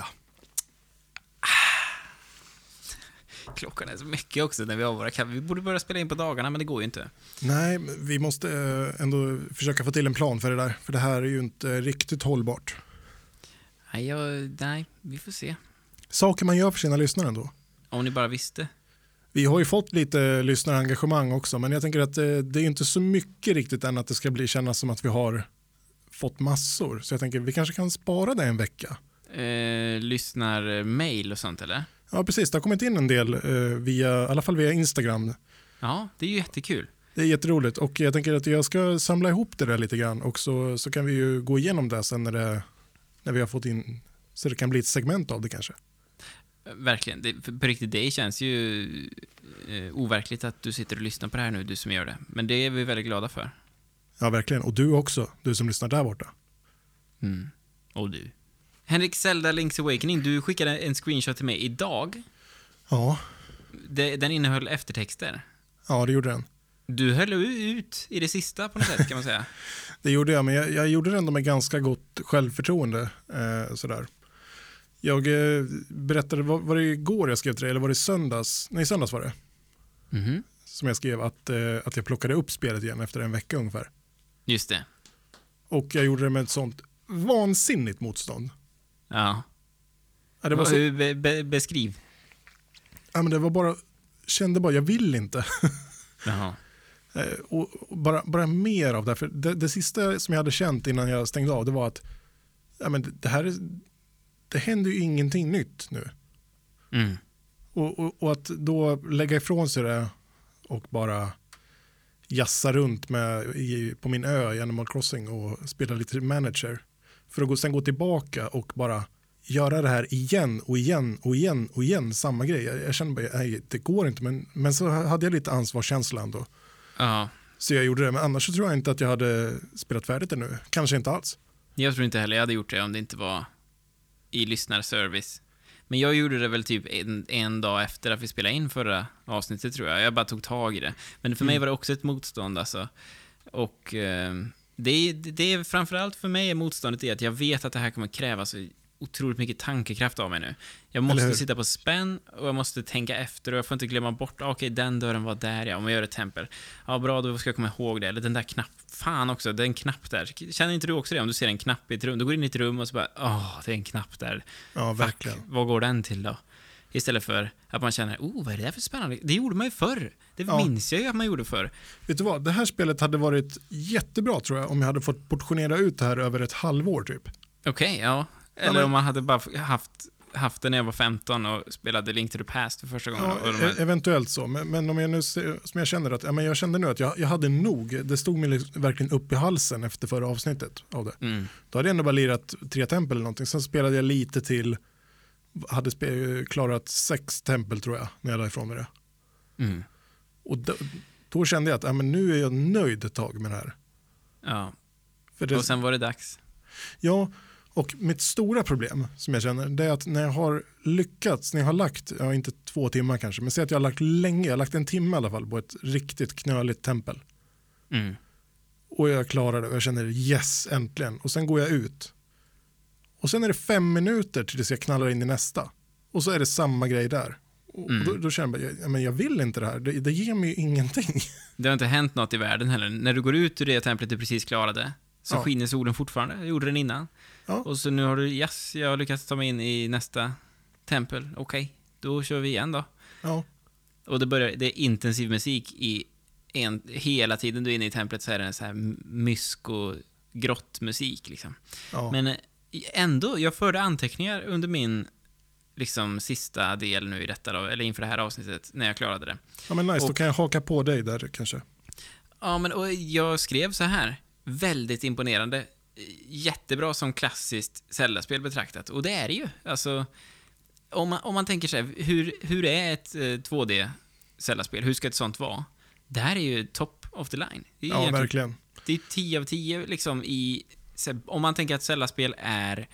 Klockan är så mycket också när vi har våra kaffe. Vi borde börja spela in på dagarna, men det går ju inte. Nej, men vi måste eh, ändå försöka få till en plan för det där. För det här är ju inte riktigt hållbart. Nej, jag, nej vi får se. Saker man gör för sina lyssnare ändå. Om ni bara visste. Vi har ju fått lite lyssnarengagemang också, men jag tänker att det, det är inte så mycket riktigt än att det ska bli kännas som att vi har fått massor. Så jag tänker vi kanske kan spara det en vecka. Eh, lyssnar mail och sånt, eller? Ja, precis. Det har kommit in en del eh, via, i alla fall via Instagram. Ja, det är ju jättekul. Det är jätteroligt och jag tänker att jag ska samla ihop det där lite grann och så, så kan vi ju gå igenom det sen när, det, när vi har fått in, så det kan bli ett segment av det kanske. Verkligen. Det, för, på riktigt, det känns ju eh, overkligt att du sitter och lyssnar på det här nu, du som gör det. Men det är vi väldigt glada för. Ja, verkligen. Och du också, du som lyssnar där borta. Mm. Och du. Henrik Zelda Link's Awakening, du skickade en screenshot till mig idag. Ja, Det, den innehöll eftertexter. ja det gjorde den. Du höll ut i det sista på något sätt, kan man säga. Det gjorde jag, men jag, jag gjorde det ändå med ganska gott självförtroende. Eh, sådär. Jag eh, berättade, var, var det igår jag skrev till dig, eller var det söndags? Nej, söndags var det. Mhm. Som jag skrev att, eh, att jag plockade upp spelet igen efter en vecka ungefär. Just det. Och jag gjorde det med ett sånt vansinnigt motstånd. Ja. Ja, det var så, Hur be, be, beskriv. ja, men det var bara, kände bara, jag vill inte. Jaha. Eh, och, och bara, bara mer av det. För det, det sista som jag hade känt innan jag stängde av, det var att ja, men det, det här är, det händer ju ingenting nytt nu. Mm. Och, och, och att då lägga ifrån sig det och bara jassa runt med, i, på min ö i Animal Crossing och spela lite manager. För att gå, sen gå tillbaka och bara göra det här igen och igen och igen och igen, samma grej. Jag, jag kände bara, nej, det går inte. Men, men så hade jag lite ansvarskänsla ändå. Ja. Så jag gjorde det, men annars så tror jag inte att jag hade spelat färdigt ännu. Kanske inte alls. Jag tror inte heller jag hade gjort det om det inte var i lyssnarservice. Men jag gjorde det väl typ en, en dag efter att vi spelade in förra avsnittet, tror jag. Jag bara tog tag i det. Men för mm. mig var det också ett motstånd, alltså. Och eh, det, det är framförallt för mig är motståndet är att jag vet att det här kommer kräva så otroligt mycket tankekraft av mig nu. Jag måste sitta på spänn och jag måste tänka efter och jag får inte glömma bort, okej, okay, den dörren var där, ja, om jag gör ett tempel. Ja, bra, då ska jag komma ihåg det. Eller den där knapp, fan också, den knapp där. Känner inte du också det? Om du ser en knapp i ett rum, då går du in i ett rum och så bara, åh, det är en knapp där. Ja, verkligen. Fuck, vad går den till då? Istället för att man känner, oh, vad är det där för spännande? Det gjorde man ju förr. Det ja. minns jag ju att man gjorde förr. Vet du vad, det här spelet hade varit jättebra tror jag om jag hade fått portionera ut det här över ett halvår typ. Okej, okay, ja. Eller ja, men... om man hade bara haft, haft det när jag var femton och spelade Link to the Past för första gången. Ja, här... eventuellt så. Men, men om jag nu som jag känner att, ja, men jag kände nu att jag, jag hade nog, det stod mig verkligen upp i halsen efter förra avsnittet av det. Mm. Då hade jag ändå bara lirat tre tempel eller någonting. Sen spelade jag lite till, hade spe, klarat sex tempel tror jag, när jag la ifrån mig det. Mm. Och då, då kände jag att ja, men nu är jag nöjd ett tag med det här. Ja, för det... och sen var det dags. Ja, och mitt stora problem som jag känner, det är att när jag har lyckats, när jag har lagt, ja inte två timmar kanske, men säg att jag har lagt länge, jag har lagt en timme i alla fall på ett riktigt knöligt tempel. Mm. Och jag klarar det och jag känner yes, äntligen. Och sen går jag ut. Och sen är det fem minuter tills jag knallar in i nästa. Och så är det samma grej där. Och mm. då, då känner jag, ja, men jag vill inte det här. Det, det ger mig ju ingenting. Det har inte hänt något i världen heller. När du går ut ur det templet du precis klarade, så ja. skiner solen fortfarande. Jag gjorde den innan. Ja. Och så nu har du, yes, jag har lyckats ta mig in i nästa tempel. Okej, okay, då kör vi igen då. Ja. Och det börjar, det är intensiv musik i en, hela tiden du är inne i templet så är det en så här mysk och grått musik liksom. Ja. Men ändå, jag förde anteckningar under min liksom sista del nu i detta då, eller inför det här avsnittet när jag klarade det. Ja men nice, och, då kan jag haka på dig där kanske. Ja men och jag skrev så här, väldigt imponerande, jättebra som klassiskt Zelda-spel betraktat, och det är det ju. Alltså, om man, om man tänker sig, hur, hur är ett eh, två D Zelda-spel? Hur ska ett sånt vara? Det här är ju top of the line. Det är ja, verkligen. Det är tio av tio liksom i, om man tänker att Zelda-spel är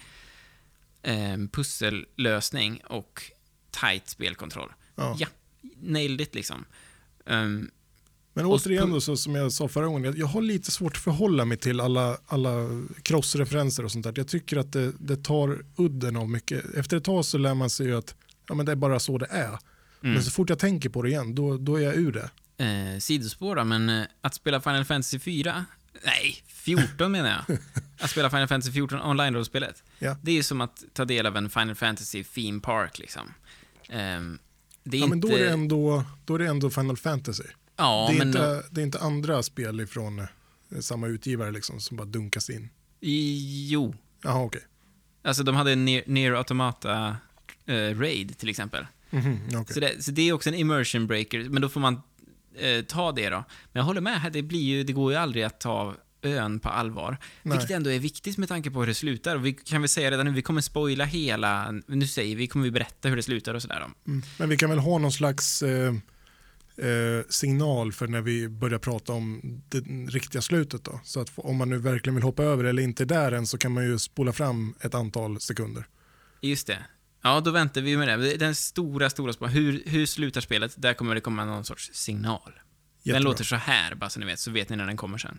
eh, pussellösning och tight spelkontroll. Ja, ja nailed it liksom. Um, Men återigen då, så som jag sa förra gången, jag har lite svårt att förhålla mig till alla, alla crossreferenser och sånt där. Jag tycker att det, det tar udden av mycket. Efter ett tag så lär man sig ju att ja, men det är bara så det är. Mm. Men så fort jag tänker på det igen, då, då är jag ur det. Eh, sidospår då, men eh, att spela Final Fantasy fyra, nej, fjorton menar jag. Att spela Final Fantasy fjorton online-rollspelet. Ja. Det är ju som att ta del av en Final Fantasy theme park liksom. Eh, det är ja, inte... men då är det ändå, då är det ändå Final Fantasy. Ja, det, är men inte, då... det är inte andra spel ifrån eh, samma utgivare liksom, som bara dunkas in. I, jo. Jaha, okej. Okay. Alltså de hade en Nier, Nier Automata eh, Raid till exempel. Mm-hmm, okay. så, det, så det är också en immersion breaker, men då får man eh, ta det då. Men jag håller med, det, blir ju, det går ju aldrig att ta ön på allvar. Nej. Vilket ändå är viktigt med tanke på hur det slutar. Och vi kan väl säga redan nu, vi kommer spoila hela, nu säger vi, kommer vi berätta hur det slutar och sådär. Mm. Men vi kan väl ha någon slags eh, eh, signal för när vi börjar prata om det riktiga slutet då. Så att om man nu verkligen vill hoppa över eller inte där än, så kan man ju spola fram ett antal sekunder. Just det. Ja, då väntar vi med det. Den stora, stora spår. Hur, hur slutar spelet? Där kommer det komma någon sorts signal. Jättebra. Den låter så här, bara så ni vet, så vet ni när den kommer sen.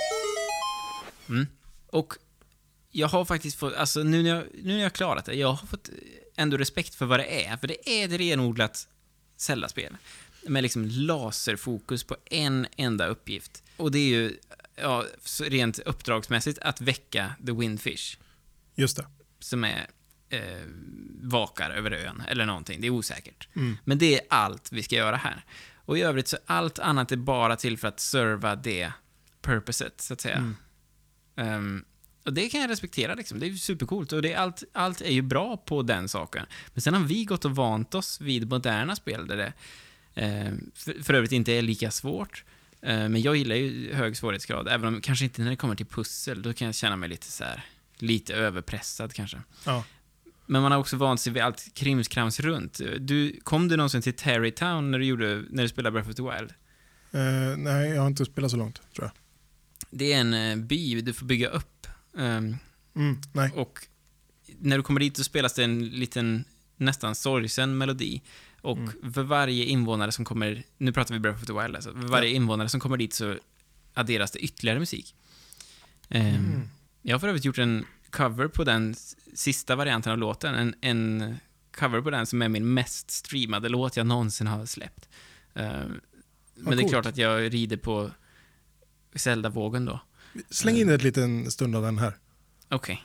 Mm. Och jag har faktiskt fått, alltså nu när jag, nu när jag har klarat det, jag har fått ändå respekt för vad det är. För det är ett renodlat Zelda-spel. Med liksom laserfokus på en enda uppgift. Och det är ju, ja, rent uppdragsmässigt att väcka The Windfish. Just det. Som är eh, vakar över ön, eller någonting. Det är osäkert. Mm. Men det är allt vi ska göra här. Och i övrigt så allt annat är bara till för att serva det purposet, så att säga. Mm. Um, och det kan jag respektera liksom. Det är ju supercoolt. Och det är allt, allt är ju bra på den saken. Men sen har vi gått och vant oss vid moderna spel där det eh, för, för övrigt inte är lika svårt. Eh, men jag gillar ju hög svårighetsgrad. Även om kanske inte när det kommer till pussel. Då kan jag känna mig lite så här, lite överpressad kanske. Ja. Men man har också vant sig vid allt krimskrams runt. Du, kom du någonsin till Terrytown när du, gjorde, när du spelade Breath of the Wild? Uh, nej, jag har inte spelat så långt, tror jag. Det är en uh, by du får bygga upp. Um, mm, nej. Och när du kommer dit så spelas det en liten, nästan sorgsen melodi. Och mm. för varje invånare som kommer, nu pratar vi Breath of the Wild, alltså, för varje ja. invånare som kommer dit så adderas det ytterligare musik. Um, mm. Jag har för övrigt gjort en cover på den sista varianten av låten. En, en cover på den som är min mest streamade låt jag någonsin har släppt. Uh, men det är coolt. klart att jag rider på Zelda-vågen då. Släng in ett liten stund av den här. Okej.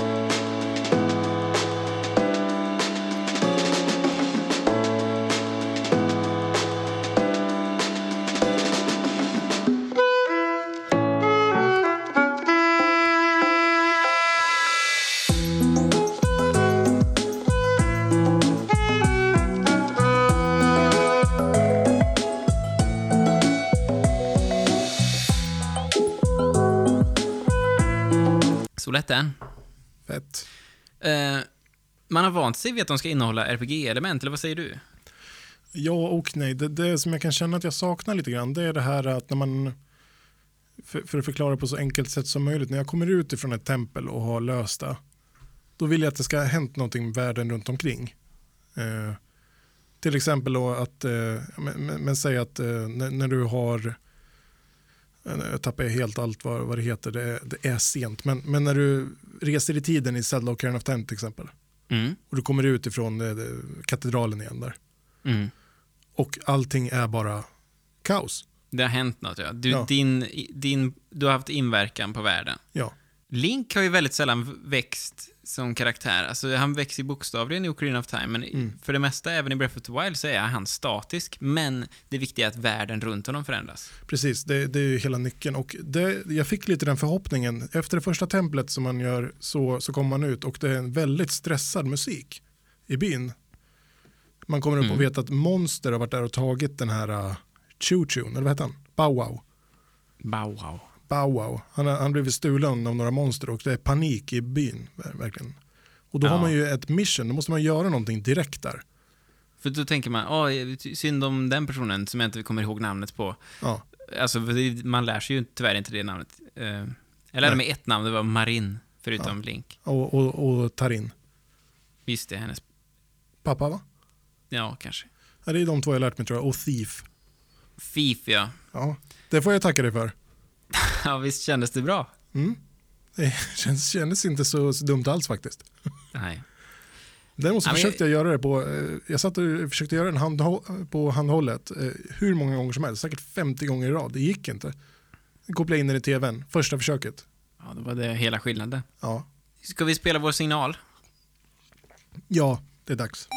Så lätt den. Fett. Uh, man har vant sig vid att de ska innehålla R P G-element, eller vad säger du? Ja och nej. Det, det som jag kan känna att jag saknar lite grann, det är det här att när man, för, för att förklara på så enkelt sätt som möjligt, när jag kommer ut ifrån ett tempel och har löst det, då vill jag att det ska ha hänt någonting med världen runt omkring. Eh, till exempel då att, eh, men, men säg att eh, när, när du har, jag tappar helt allt vad, vad det heter, det, det är sent, men, men när du reser i tiden i Zelda Ocarina of Time till exempel, Mm. och du kommer ut ifrån eh, katedralen igen där, Mm. och allting är bara kaos. Det har hänt något, ja. Du, Ja. Din, din, du har haft inverkan på världen. Ja, Link har ju väldigt sällan växt som karaktär. Alltså, han växer bokstavligen i Ocarina of Time, men Mm. för det mesta, även i Breath of the Wild, så är han statisk. Men det viktiga är att världen runt honom förändras. precis. Det, det är ju hela nyckeln. Och det, jag fick lite den förhoppningen. Efter det första templet som man gör så, så kommer man ut och det är en väldigt stressad musik i byn. Man kommer upp Mm. och vet att Monster har varit där och tagit den här uh, Choo-Choo, eller vad heter han? Bow Wow. Bow wow. Bow Wow. Han har han blivit stulen av några monster och det är panik i byn, verkligen. Och då Ja. har man ju ett mission, då måste man göra någonting direkt där. För då tänker man, åh, synd om den personen som jag inte kommer ihåg namnet på. Ja, Alltså, för det- man lär sig ju tyvärr inte det namnet. Eh, Jag lärde Nej. mig ett namn, det var Marin, förutom Link. och, och, och tar in. Just det, hennes... Pappa va? Ja, kanske. Ja, det är de två jag lärt mig tror jag. Och Thief. Fif, ja. Ja, det får jag tacka dig för. Ja, visst kändes det bra? Mm. Det känns, kändes inte så, så dumt alls faktiskt. Nej. Däremot så Ja, men försökte jag göra det på, eh, jag satt och försökte göra den hand, på handhållet eh, hur många gånger som helst, säkert femtio gånger i rad. Det gick inte. Jag kopplade in den i tvn, första försöket. Ja, då var det hela skillnaden. Ja, Ska vi spela vår signal? ja det är dags.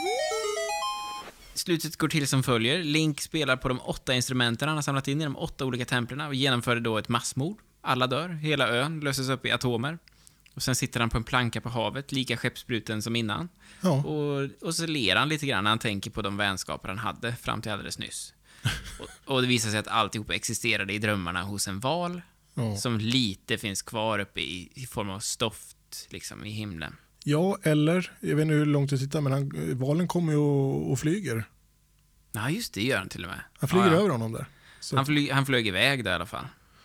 Slutet går till som följer. Link spelar på de åtta instrumenten han har samlat in i de åtta olika templerna och genomför då ett massmord. Alla dör, hela ön löses upp i atomer. Och sen sitter han på en planka på havet, lika skeppsbruten som innan. Ja, Och, och så ler han lite grann när han tänker på de vänskaper han hade fram till alldeles nyss. Och, och det visar sig att alltihop existerade i drömmarna hos en val ja. som lite finns kvar uppe i, i form av stoft liksom i himlen. ja, eller, jag vet inte hur långt du tittar, men han, valen kommer ju och, och flyger. Ja, just det gör han till och med. Han flyger ja, ja. över honom där. Så. Han, fly, han flög iväg där i alla fall.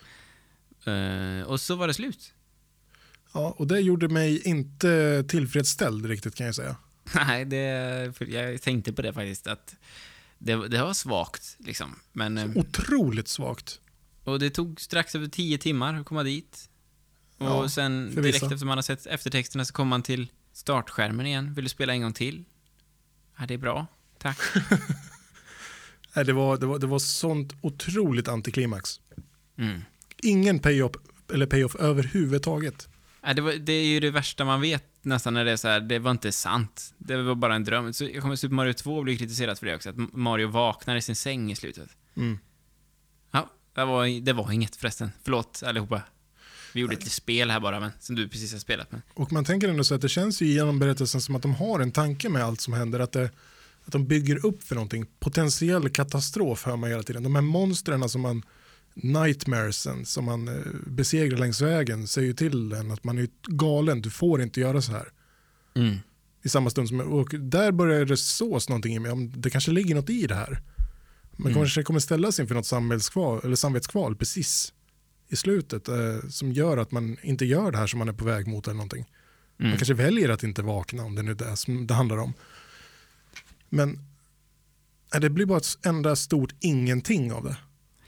Uh, och så var det slut. Ja, och det gjorde mig inte tillfredsställd riktigt kan jag säga. Nej, det, för jag tänkte på det faktiskt, att det, det var svagt liksom. Men, eh, Otroligt svagt. och det tog strax över tio timmar att komma dit. Och Ja, sen för direkt vissa. efter man har sett eftertexterna så kommer man till startskärmen igen. Vill du spela en gång till? Ja, det är bra. Tack. Nej, det, var, det, var, det var sånt otroligt antiklimax. Mm. Ingen payoff, eller payoff överhuvudtaget. Ja, det, var, det är ju det värsta man vet nästan när det är så här, det var inte sant. Det var bara en dröm. Så jag kommer Super Mario två bli kritiserat för det också, att Mario vaknar i sin säng i slutet. Mm. Ja, det var, det var inget förresten. Förlåt allihopa. Vi gjorde ett spel här bara, men, som du precis har spelat med. Och man tänker ändå så att det känns ju genom berättelsen som att de har en tanke med allt som händer. Att, det, att de bygger upp för någonting. Potentiell katastrof hör man hela tiden. De här monstren som man, nightmaresen som man eh, besegrar längs vägen säger ju till en att man är galen, du får inte göra så här. Mm. I samma stund som, och där börjar det sås någonting i mig. Om det kanske ligger något i det här. Man Mm. kanske kommer ställas inför något samhällskval, eller samvetskval precis i slutet eh, som gör att man inte gör det här som man är på väg mot eller någonting. Mm. Man kanske väljer att inte vakna om det nu är det som det handlar om. Men eh, det blir bara ett enda stort ingenting av det.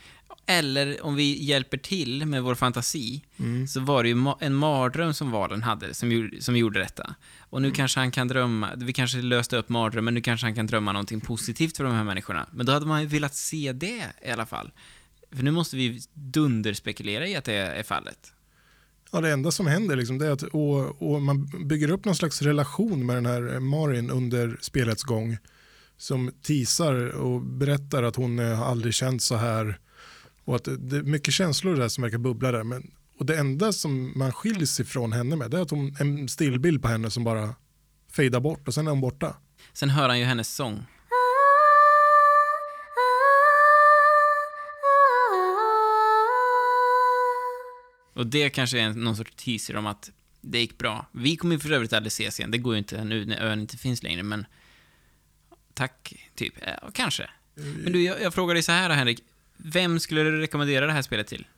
Eller om vi hjälper till med vår fantasi, Mm. så var det ju ma- en mardröm som Valen hade som, gjorde, som gjorde detta. Och nu Mm. kanske han kan drömma, vi kanske löste upp mardrömmen, men nu kanske han kan drömma någonting positivt för de här människorna. Men då hade man ju velat se det i alla fall. För nu måste vi dunderspekulera i att det är fallet. Ja, det enda som händer liksom, det är att och, och man bygger upp någon slags relation med den här Marin under spelets gång, som teasar och berättar att hon eh, aldrig känt så här, och att det, det är mycket känslor där som verkar bubbla där. Men, och det enda som man skiljs ifrån henne med, det är att hon, en stillbild på henne som bara fejdar bort och sen är hon borta. Sen hör han ju hennes sång. Och det kanske är någon sorts teaser om att det gick bra. Vi kommer ju för övrigt aldrig ses igen. Det går ju inte nu när ön inte finns längre, men tack, typ. Ja, kanske. Men du, jag, jag frågar dig så här, Henrik. Vem skulle du rekommendera det här spelet till?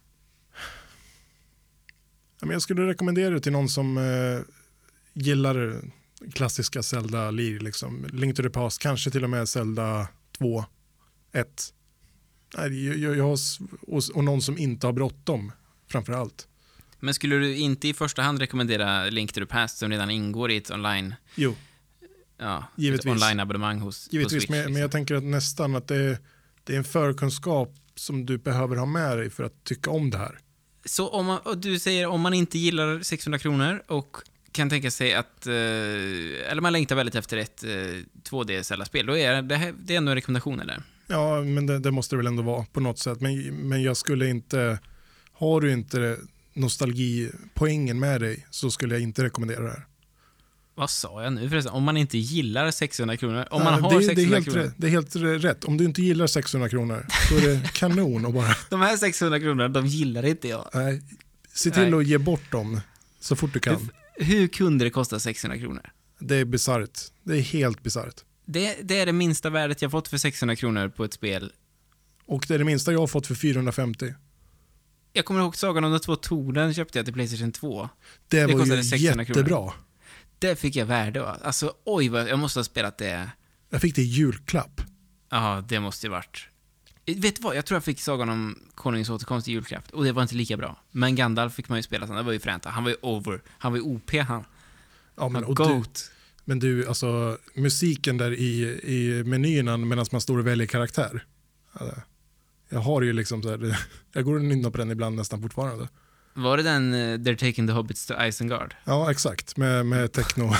Ja, men jag skulle rekommendera det till någon som eh, gillar klassiska Zelda-lir. Liksom. Link to the Past, kanske till och med Zelda två, ett. Nej, jag, jag, jag har, och, och någon som inte har bråttom, framför allt. Men skulle du inte i första hand rekommendera Link to the Past som redan ingår i ett online... Jo. Ja, Givetvis. ett online-abonnemang hos Givetvis, på Switch, men, liksom. men jag tänker att nästan att det är, det är en förkunskap som du behöver ha med dig för att tycka om det här. Så om man, och du säger om man inte gillar sexhundra kronor och kan tänka sig att eh, eller man längtar väldigt efter ett eh, två D-Zelda-spel, då är det, här, det är ändå en rekommendation, eller? Ja, men det, det måste det väl ändå vara på något sätt. Men, men jag skulle inte, har du inte nostalgipoängen med dig, så skulle jag inte rekommendera det här. Vad sa jag nu förresten? Om man inte gillar sexhundra kronor, om Ja, man har det, det, är sexhundra helt, kronor. rätt- det är helt rätt. Om du inte gillar sexhundra kronor, då är det kanon och bara, De här sexhundra kronorna, de gillar inte jag. nej, se till Nej. att ge bort dem så fort du kan. Hur, hur kunde det kosta sexhundra kronor? Det är bisarrt. Det är helt bisarrt. Det, det är det minsta värdet jag fått för sexhundra kronor på ett spel. Och det är det minsta jag har fått för fyrahundrafemtio. Jag kommer ihåg Sagan om de två tornen köpte jag till PlayStation två. Det, Det var ju kostade sexhundra kronor. jättebra. Det fick jag värde av. Alltså, oj, vad, jag måste ha spelat det. Jag fick det i julklapp. Ja, det måste ju varit. Vet du vad? Jag tror jag fick Sagan om Konungens återkomst i julklapp. Och det var inte lika bra. Men Gandalf fick man ju spela. Det var ju fränt. Han var ju over. Han var ju O P, han. Ja, men, Han och du, goat. men du, alltså musiken där i, i menyerna medan man står och väljer karaktär. Alltså, jag har ju liksom så här, jag går och nynnar på den ibland nästan fortfarande. Var det den uh, They're taking the hobbits to Isengard? Ja, exakt. Med, med techno.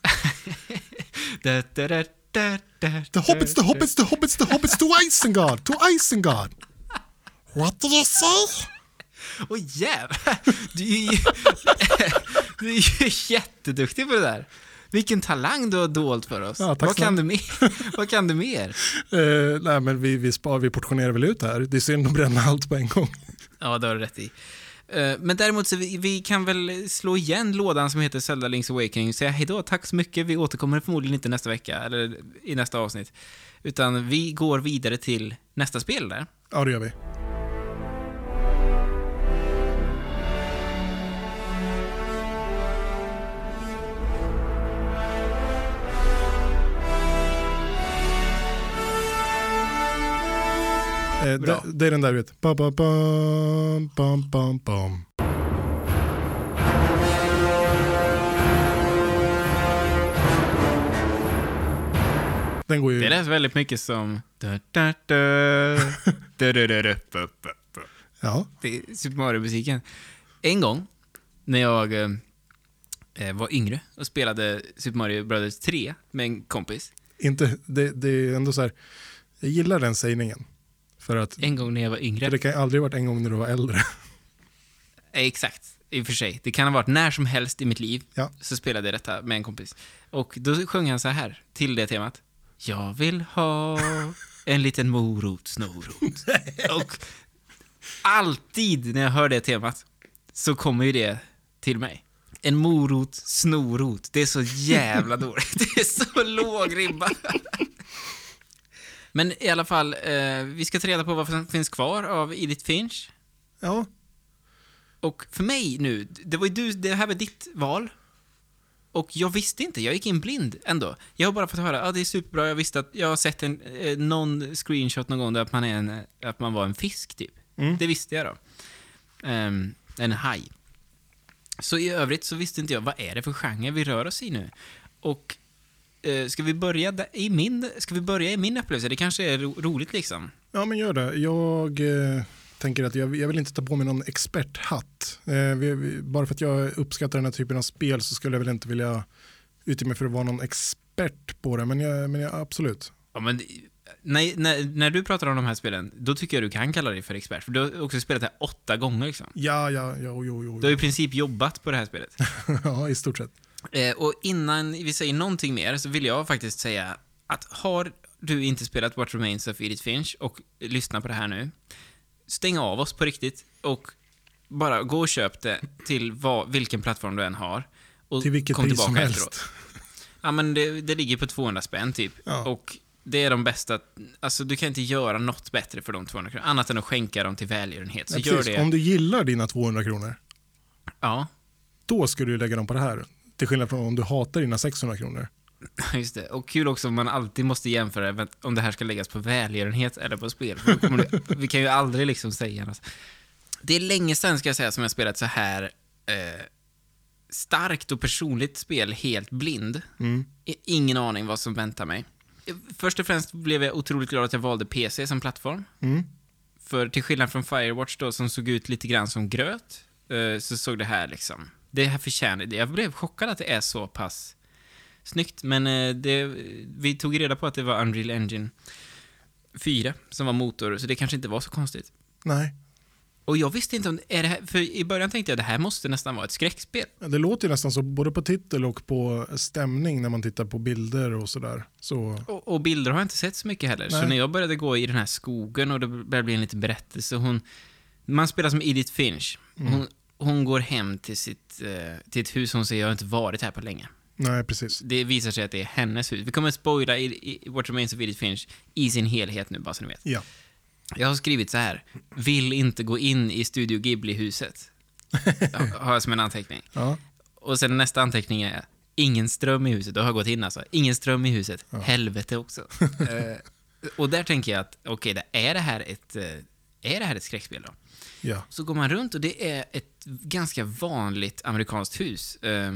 Da, da, da, da, da, The hobbits, the hobbits, the hobbits, the hobbits to Isengard, to Isengard. What did you say? Åh jävlar! Du är ju, du är ju jätteduktig på det där. Vilken talang du har dolt för oss. Ja, tack Vad kan du mer? Vad kan du mer? Uh, nej, men vi, vi, spar, vi portionerar väl ut det här. Det är synd att bränna allt på en gång. Ja, det har du rätt i. Eh, Men däremot så vi, vi kan väl slå igen lådan som heter Zelda Link's Awakening och säga hej då, tack så mycket. Vi återkommer förmodligen inte nästa vecka eller i nästa avsnitt. Utan vi går vidare till nästa spel där. Ja, det gör vi. Eh, Bra. det, det är den där, vet. Ba, ba, bam, bam, bam, bam. Den går ju... Det lät väldigt mycket som... Da, da, da, da, da, da, da, ba, ba, ba. Ja, Det är Super Mario-musiken. En gång, när jag eh, var yngre och spelade Super Mario Brothers tre med en kompis. inte, det, det är ändå så här, jag gillar den sägningen. För att En gång när jag var yngre. för det kan ju aldrig ha varit en gång när du var äldre. Eh, Exakt, i och för sig. Det kan ha varit när som helst i mitt liv. Ja. Så spelade jag detta med en kompis. Och då sjöng han så här, till det temat. Jag vill ha en liten morot, snorot. Och alltid när jag hör det temat så kommer ju det till mig. En morot, snorot. Det är så jävla dåligt. Det är så låg ribba. Men i alla fall, eh, vi ska ta reda på vad som finns kvar av Edith Finch. Ja, Och för mig nu, det var ju du, det här var ditt val. Och jag visste inte, jag gick in blind ändå. Jag har bara fått höra, ja det är superbra, jag visste att jag har sett en, eh, någon screenshot någon gång där att man, är en, att man var en fisk typ. Mm. Det visste jag då. Um, en haj. Så i övrigt så visste inte jag, vad är det för genre vi rör oss i nu? Och uh, ska vi börja där, i min ska vi börja i min upplevelse? Det kanske är ro- roligt liksom. Ja, men gör det. Jag eh, tänker att jag, jag vill inte ta på mig någon experthatt. Eh, vi, vi, bara för att jag uppskattar den här typen av spel så skulle jag väl inte vilja utge mig för att vara någon expert på det, men, jag, men jag, absolut. Ja, men när, när, när du pratar om de här spelen, då tycker jag du kan kalla dig för expert. För du har också spelat det här åtta gånger liksom. Ja, ja, ja, jo, jo, jo. Du har i princip jobbat på det här spelet. Ja, i stort sett. Eh, och innan vi säger någonting mer så vill jag faktiskt säga att har du inte spelat What Remains of Edith Finch och lyssnar på det här nu, stäng av oss på riktigt och bara gå och köp det till vad, vilken plattform du än har. Och till vilket kom pris som efteråt. helst. Ja, men det, det ligger på tvåhundra spänn typ. Ja. Och det är de bästa, alltså du kan inte göra något bättre för de tvåhundra kronor, annat än att skänka dem till välgörenhet. Så Ja, gör precis. det. Om du gillar dina tvåhundra kronor, Ja, då ska du lägga dem på det här. Till skillnad från om du hatar dina sexhundra kronor. just det. Och kul också om man alltid måste jämföra om det här ska läggas på välgörenhet eller på spel. För då kommer du, vi kan ju aldrig liksom säga något. Det är länge sedan, ska jag säga, som jag spelat så här eh, starkt och personligt spel helt blind. Mm. Ingen aning vad som väntar mig. Först och främst blev jag otroligt glad att jag valde P C som plattform. Mm. För till skillnad från Firewatch då, som såg ut lite grann som gröt, eh, så såg det här liksom, det här förtjänar det. Jag blev chockad att det är så pass snyggt, men eh, det, vi tog reda på att det var Unreal Engine fyra som var motor, så det kanske inte var så konstigt. Nej, Och jag visste inte om det är det här, för i början tänkte jag det här måste nästan vara ett skräckspel. det låter ju nästan så både på titel och på stämning när man tittar på bilder och sådär. Så, Och, och bilder har jag inte sett så mycket heller. Nej. Så när jag började gå i den här skogen och det började bli en liten berättelse, hon, man spelar som Edith Finch. Mm. Hon, hon går hem till sitt eh, till ett hus, hon säger jag har inte varit här på länge. nej, precis. Det visar sig att det är hennes hus. Vi kommer att spoila i, i What Remains of Edith Finch i sin helhet nu, bara så ni vet. Ja. Jag har skrivit så här: vill inte gå in i Studio Ghibli-huset. Har jag som en anteckning. Ja. Och sen nästa anteckning är ingen ström i huset. Då har jag gått in alltså. Ingen ström i huset. Ja. Helvete också. eh, och där tänker jag att okej, okay, är det här ett eh, är det här ett skräckspel då? Ja. Så går man runt och det är ett ganska vanligt amerikanskt hus. Eh,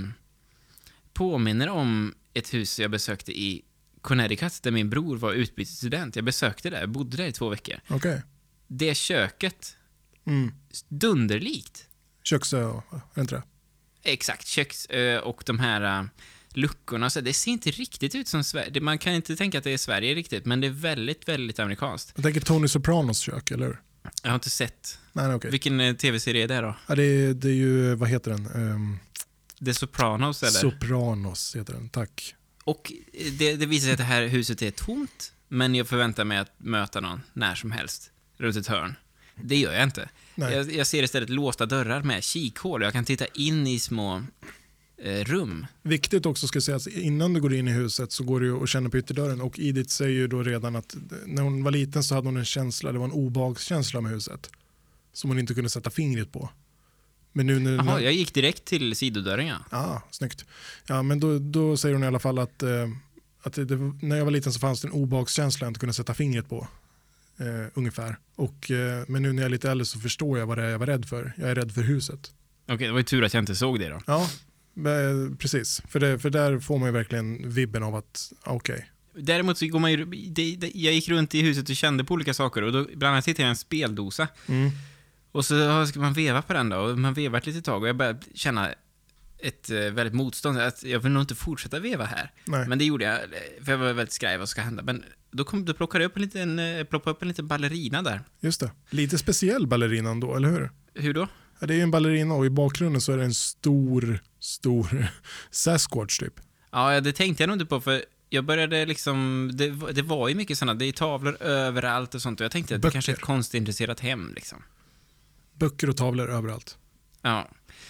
påminner om ett hus jag besökte i Connecticut där min bror var utbytesstudent. Jag besökte där, jag bodde där i två veckor. Okej. Det köket, Mm. dunderlikt. Köksö, är det inte det? Exakt, köks ö, och de här uh, luckorna. Så det ser inte riktigt ut som Sverige. Man kan inte tänka att det är Sverige riktigt, men det är väldigt, väldigt amerikanskt. Jag tänker Tony Sopranos kök, eller hur? Jag har inte sett. Nej, nej, okej. Vilken uh, tv-serie är det då? Ja, det, är, det är ju, vad heter den? Um, The Sopranos, eller? Sopranos heter den, tack. Och det, det visar sig att det här huset är tomt, men jag förväntar mig att möta någon när som helst runt ett hörn. Det gör jag inte. Jag, jag ser istället låsta dörrar med kikhål. Jag kan titta in i små eh, rum. Viktigt också ska sägas, innan du går in i huset så går du och känner på ytterdörren, och Edith säger ju då redan att när hon var liten så hade hon en känsla, det var en obehagskänsla med huset som hon inte kunde sätta fingret på. Men nu när... Jaha, jag gick direkt till sidodörren, ja. Ja, snyggt. Ja, men då, då säger hon i alla fall att, eh, att det, när jag var liten så fanns det en obehagskänsla jag inte kunde sätta fingret på. Eh, ungefär. Och, eh, men nu när jag är lite äldre så förstår jag vad det är jag var rädd för. Jag är rädd för huset. Okej, det var ju tur att jag inte såg det då. Ja, eh, precis. För, det, för där får man ju verkligen vibben av att, okej. Okay. Däremot så går man ju... Det, det, jag gick runt i huset och kände på olika saker, och då bland annat hittade jag en speldosa. Mm. Och så ska man veva på den då, och man vevar ett litet tag och jag började känna ett eh, väldigt motstånd, att jag vill nog inte fortsätta veva här. Nej. Men det gjorde jag, för jag var väldigt skraj vad ska hända. Men då, kom, då plockade jag upp en liten, eh, ploppade upp en liten ballerina där. Just det. Lite speciell ballerina då, eller hur? Hur då? Ja, det är ju en ballerina och i bakgrunden så är det en stor, stor Sasquatch typ. Ja, det tänkte jag nog inte på, för jag började liksom, det, det var ju mycket sådana, det är tavlor överallt och sånt, och jag tänkte att Böcker. det kanske är ett konstintresserat hem liksom. Böcker och tavlor överallt. Ja.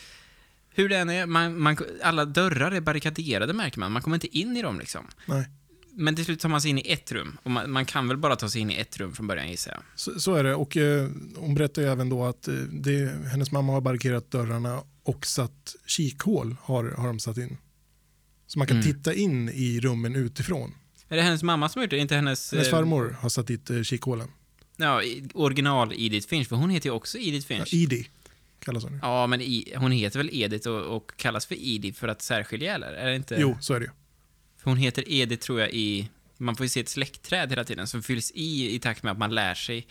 Hur det än är, man, man, alla dörrar är barrikaderade märker man, man kommer inte in i dem liksom. Nej. Men till slut tar man sig in i ett rum, och man, man kan väl bara ta sig in i ett rum från början, gissar jag. Så, så är det, och eh, hon berättar ju även då att eh, det, hennes mamma har barrikerat dörrarna och satt kikhål har, har de satt in. Så man kan Mm. titta in i rummen utifrån. Är det hennes mamma som har gjort det? Inte hennes... Hennes eh, farmor har satt dit eh, kikhålen. Ja, original Edith Finch, för hon heter ju också Edith Finch. Ja, Edie kallas hon ju. Ja, men i, hon heter väl Edith och, och kallas för Edith för att särskilja, eller? Är det inte? Jo, så är det ju. För hon heter Edith, tror jag, i... Man får ju se ett släktträd hela tiden som fylls i i takt med att man lär sig.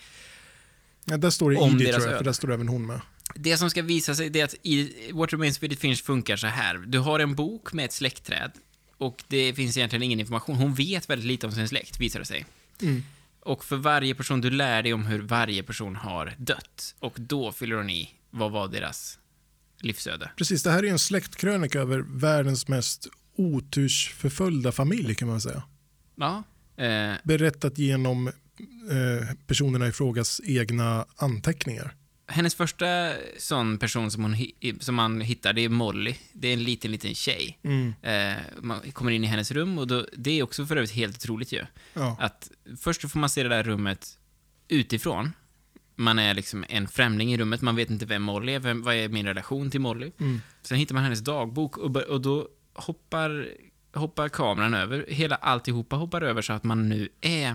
Ja, där står det Om Edie, deras tror jag, öde. för där står även hon med. Det som ska visa sig det är att i What Remains of Edith Finch funkar så här. Du har en bok med ett släktträd och det finns egentligen ingen information. Hon vet väldigt lite om sin släkt, visar det sig. Mm. Och för varje person, du lär dig om hur varje person har dött. Och då fyller hon i vad var deras livsöde. Precis, det här är en släktkrönika över världens mest otursförföljda familj, kan man säga. Ja. Eh, Berättat genom eh, personerna i frågas egna anteckningar. hennes första sån person som, hon, hi- som man hittar, det är Molly. Det är en liten, liten tjej. Mm. Eh, man kommer in i hennes rum och då, det är också för övrigt helt otroligt ju. Ja. Att först får man se det där rummet utifrån. Man är liksom en främling i rummet, man vet inte vem Molly är, vem, vad är min relation till Molly. Mm. Sen hittar man hennes dagbok och, bör- och då hoppar, hoppar kameran över, hela alltihopa hoppar över så att man nu är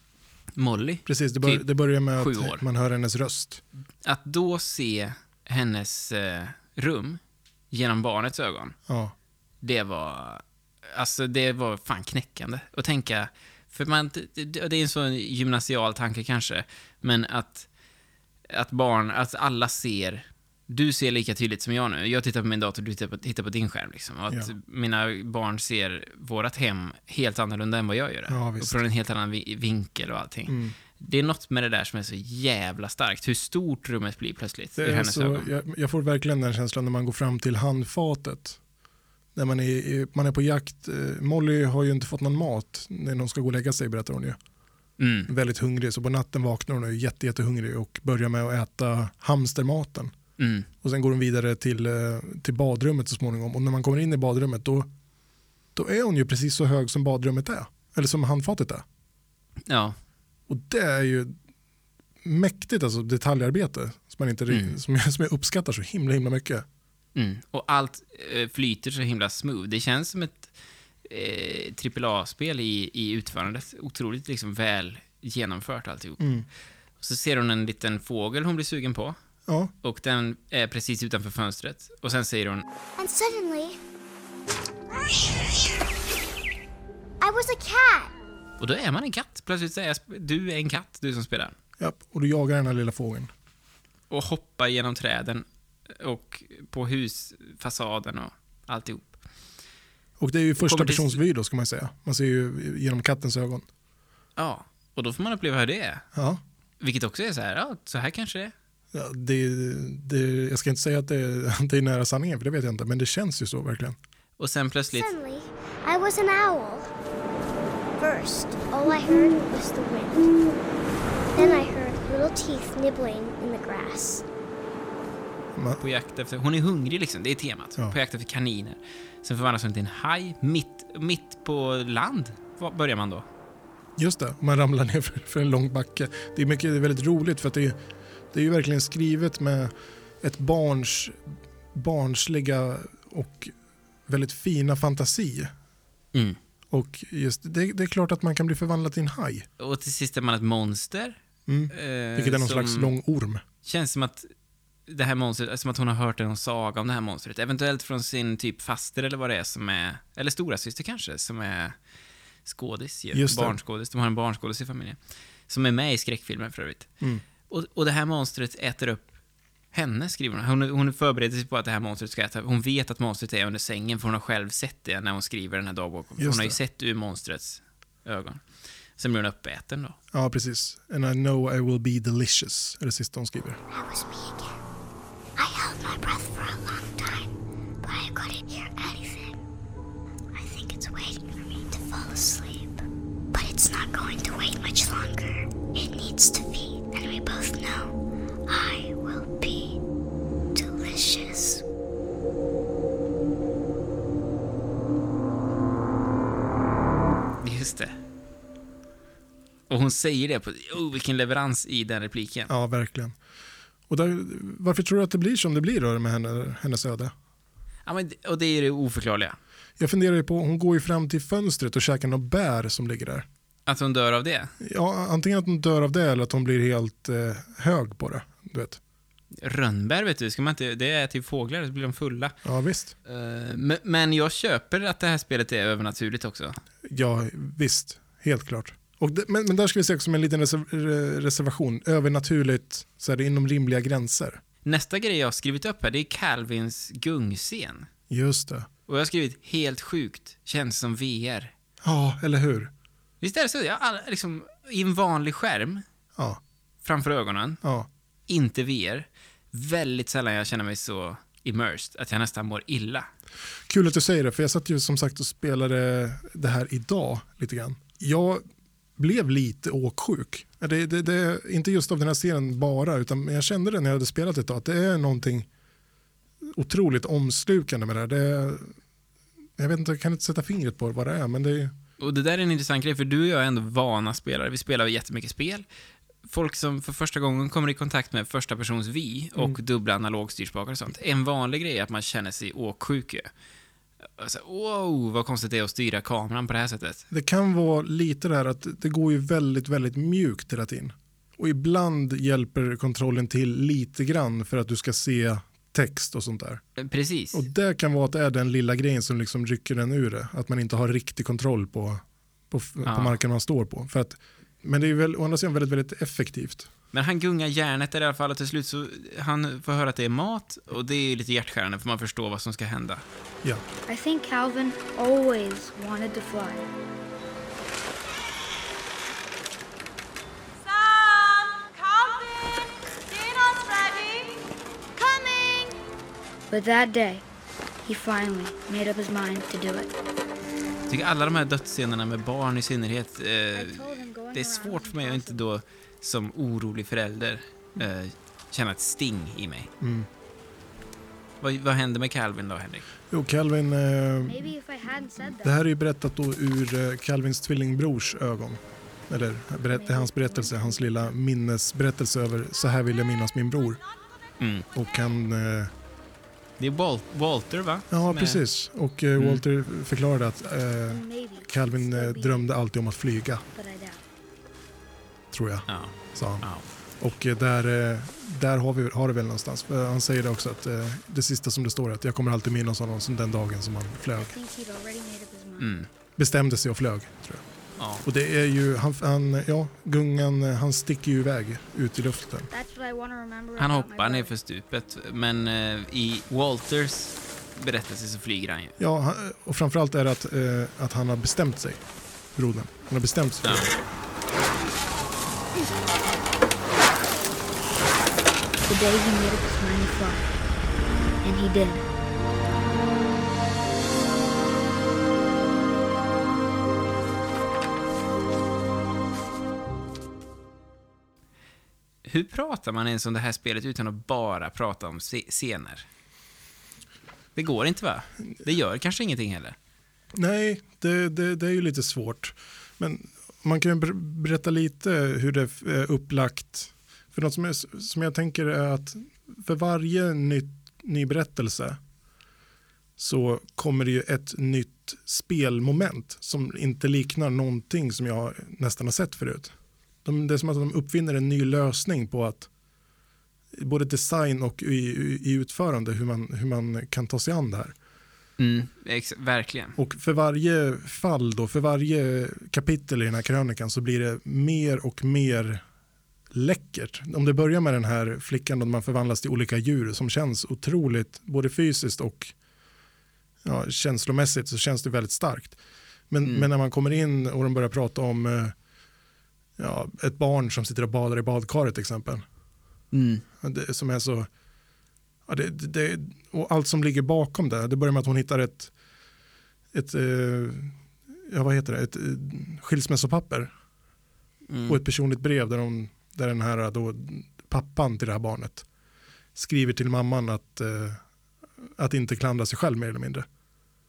Molly. Precis, det, bör, Typ det börjar med sju år. att man hör hennes röst. Att då se hennes eh, rum genom barnets ögon, Ja. det var alltså det var fan knäckande att tänka, för man, det, det är en sån gymnasial tanke kanske, men att att barn, att alla ser, du ser lika tydligt som jag nu, jag tittar på min dator, du tittar på, tittar på din skärm liksom, och att Ja. mina barn ser vårat hem helt annorlunda än vad jag gör det, Ja, och visst. från en helt annan vi- vinkel och allting. Mm. Det är något med det där som är så jävla starkt, hur stort rummet blir plötsligt Det i är hennes så, ögon. jag, jag får verkligen den känslan när man går fram till handfatet. När man är, man är på jakt. eh, Molly har ju inte fått någon mat när de ska gå och lägga sig, berättar hon ju. Mm. Väldigt hungrig, så på natten vaknar hon och är jätte, jättehungrig och börjar med att äta hamstermaten. Mm. Och sen går hon vidare till, eh, till badrummet så småningom. Och när man kommer in i badrummet då, då är hon ju precis så hög som badrummet är. Eller som handfatet är. Ja. Och det är ju mäktigt, alltså detaljarbete som, man inte, Mm. som, jag, som jag uppskattar så himla himla mycket. Mm. Och allt eh, flyter så himla smooth. Det känns som ett eh, trippel A-spel i, i utförandet. Otroligt liksom väl genomfört alltihop. Mm. Och så ser hon en liten fågel hon blir sugen på. Ja, Och den är precis utanför fönstret. Och sen säger hon, And suddenly, I was a cat. och då är man en katt. Plötsligt säger jag, sp- du är en katt, du som spelar. ja, och du jagar den här lilla fågeln. Och hoppar genom träden och på husfasaden och alltihop. Och det är ju första Kommer till- persons vy då, ska man säga. Man ser ju genom kattens ögon. Ja, och då får man uppleva hur det är. Ja, Vilket också är så här, ja, så här kanske det är. ja det, det, jag ska inte säga att det, det är nära sanningen, för det vet jag inte. Men det känns ju så verkligen. Och sen plötsligt, Suddenly, I was an owl. First, all I heard was the wind. Then I heard little teeth nibbling in the grass. Man, på jakt efter, hon är hungrig liksom, det är temat. Ja. På jakt efter kaniner. Sen förvandlas hon till en haj, mitt, mitt på land. Var börjar man då? just det, man ramlar ner för, för en lång backe. Det är, mycket, det är väldigt roligt för att det är, det är ju verkligen skrivet med ett barns barnsliga och väldigt fina fantasi. Mm. Och just det, det är klart att man kan bli förvandlad till en haj. Och till sist är man ett monster. Mm. Eh, Vilket är någon som slags lång orm. Känns som att det här monstret, som att hon har hört en saga om det här monstret. Eventuellt från sin typ faster eller vad det är som är, eller stora syster kanske, som är skådis, ju. Just det. Barnskådis. De har en barnskådis i familjen. Som är med i skräckfilmen för övrigt. Mm. Och, och det här monstret äter upp henne, skriver hon. Hon, hon förbereder sig på att det här monstret ska äta. Hon vet att monstret är under sängen, för hon har själv sett det när hon skriver den här dagboken. Hon Just har ju det. sett ur monstrets ögon. Sen blir hon uppäten då. Ja, precis. And I know I will be delicious, är det sista hon skriver. That was me again. I held my breath for a long time, but I couldn't hear anything. I think it's waiting for me to fall asleep. But it's not going to wait much longer. It needs to feed, and we both know I will be delicious. Just det. Och hon säger det på, oh, vilken leverans i den repliken. Ja, verkligen. Och där, varför tror du att det blir som det blir då med henne, hennes öde? Ja, men, och det är det oförklarliga. Jag funderar ju på, hon går ju fram till fönstret och käkar något bär som ligger där. Att hon dör av det? Ja, antingen att hon dör av det eller att hon blir helt eh, hög på det, du vet. Rönnbär, vet du, ska man inte, det är till fåglar, så blir de fulla. Ja, visst. Uh, men, men jag köper att det här spelet är övernaturligt också. Ja, visst. Helt klart. Och det, men, men där ska vi se också som en liten reserv, reservation. Övernaturligt, så är det inom rimliga gränser. Nästa grej jag har skrivit upp här, det är Calvins gungscen. Just det. Och jag har skrivit helt sjukt, känns som V R. Ja, eller hur? Visst är det så? Jag all, liksom, i en vanlig skärm Ja. framför ögonen, Ja. inte V R. Väldigt sällan jag känner mig så immersed att jag nästan mår illa. Kul att du säger det, för jag satt ju som sagt och spelade det här idag lite grann. Jag blev lite åksjuk. Det, det, det är inte just av den här serien bara, utan jag kände det när jag hade spelat ett tag, att det är någonting otroligt omslukande med det här. Det är, jag vet inte, jag kan inte sätta fingret på vad det är, men det är... Och det där är en intressant grej, för du och jag är ändå vana spelare. Vi spelar jättemycket spel. Folk som för första gången kommer i kontakt med första persons V och mm. dubbla analogstyrspakar och sånt. En vanlig grej är att man känner sig åksjuk. Alltså, wow, vad konstigt det är att styra kameran på det här sättet. Det kan vara lite det här att det går ju väldigt, väldigt mjukt hela tiden. Och ibland hjälper kontrollen till lite grann för att du ska se text och sånt där. Precis. Och det kan vara att det är den lilla grejen som liksom rycker den ur det. Att man inte har riktig kontroll på, på, Ja. på marken man står på. För att, men det är väl å andra sidan väldigt, väldigt effektivt. Men han gungar järnet i alla fall, och till slut så han får höra att det är mat, och det är lite hjärtskärande för man förstår vad som ska hända. Ja. I think Calvin always wanted to fly. Sam! Calvin! Dinner's ready! Coming! But that day, he finally made up his mind to do it. Jag tycker alla de här dödsscenerna med barn i synnerhet, eh, det är svårt för mig att inte då som orolig förälder eh, känna ett sting i mig. Mm. Vad, vad händer med Calvin då, Henrik? Jo, Calvin, eh, Maybe if I hadn't said det that. här är ju berättat då ur eh, Calvins tvillingbrors ögon. Eller berätt, hans berättelse, hans lilla minnesberättelse över så här vill jag minnas min bror. Mm. Och han... Eh, Det är Wal- Walter, va? ja, Som är- precis. Och eh, Mm. Walter förklarade att eh, Maybe Calvin eh, still be drömde alltid om att flyga, but I doubt. tror jag, Ja, sa han. ja. Och eh, där, eh, där har vi har det väl någonstans. För han säger det också att eh, det sista som det står är att jag kommer alltid minnas honom som den dagen som han flög. I think he'd already made up his mind. Mm. Bestämde sig och flög, tror jag. Ja. Och det är ju, han, han, ja, gungan, eh, han sticker ju iväg ut i luften. That's what I want to remember Han about my hoppar ner brother. för stupet, men eh, i Walters berättelse så flyger han ju. Ja, han- och framförallt är det att, eh, att han har bestämt sig, brodern. Han har bestämt sig för Ja. det. The day he made up his mind to fly. And he did. Hur pratar man ens om det här spelet utan att bara prata om se- scener? Det går inte, va? Det gör kanske ingenting heller. Nej, det, det, det är ju lite svårt. Men man kan ju ber- berätta lite hur det är upplagt. För något som, är, som jag tänker är att för varje nytt, ny berättelse så kommer det ju ett nytt spelmoment som inte liknar någonting som jag nästan har sett förut. De, det är som att de uppfinner en ny lösning på att både design och i, i utförande hur man, hur man kan ta sig an det här. Mm, ex- verkligen. Och för varje fall då, för varje kapitel i den här krönikan så blir det mer och mer läckert. Om det börjar med den här flickan då man förvandlas till olika djur som känns otroligt, både fysiskt och ja, känslomässigt så känns det väldigt starkt. Men, Mm. men när man kommer in och de börjar prata om eh, ja, ett barn som sitter och badar i badkaret till exempel. Mm. Det, som är så ja, det, det, och allt som ligger bakom det, det börjar med att hon hittar ett ett, eh, ja, vad heter det, ett eh, skilsmässopapper Mm. och ett personligt brev där, hon, där den här då, pappan till det här barnet skriver till mamman att, eh, att inte klandra sig själv mer eller mindre.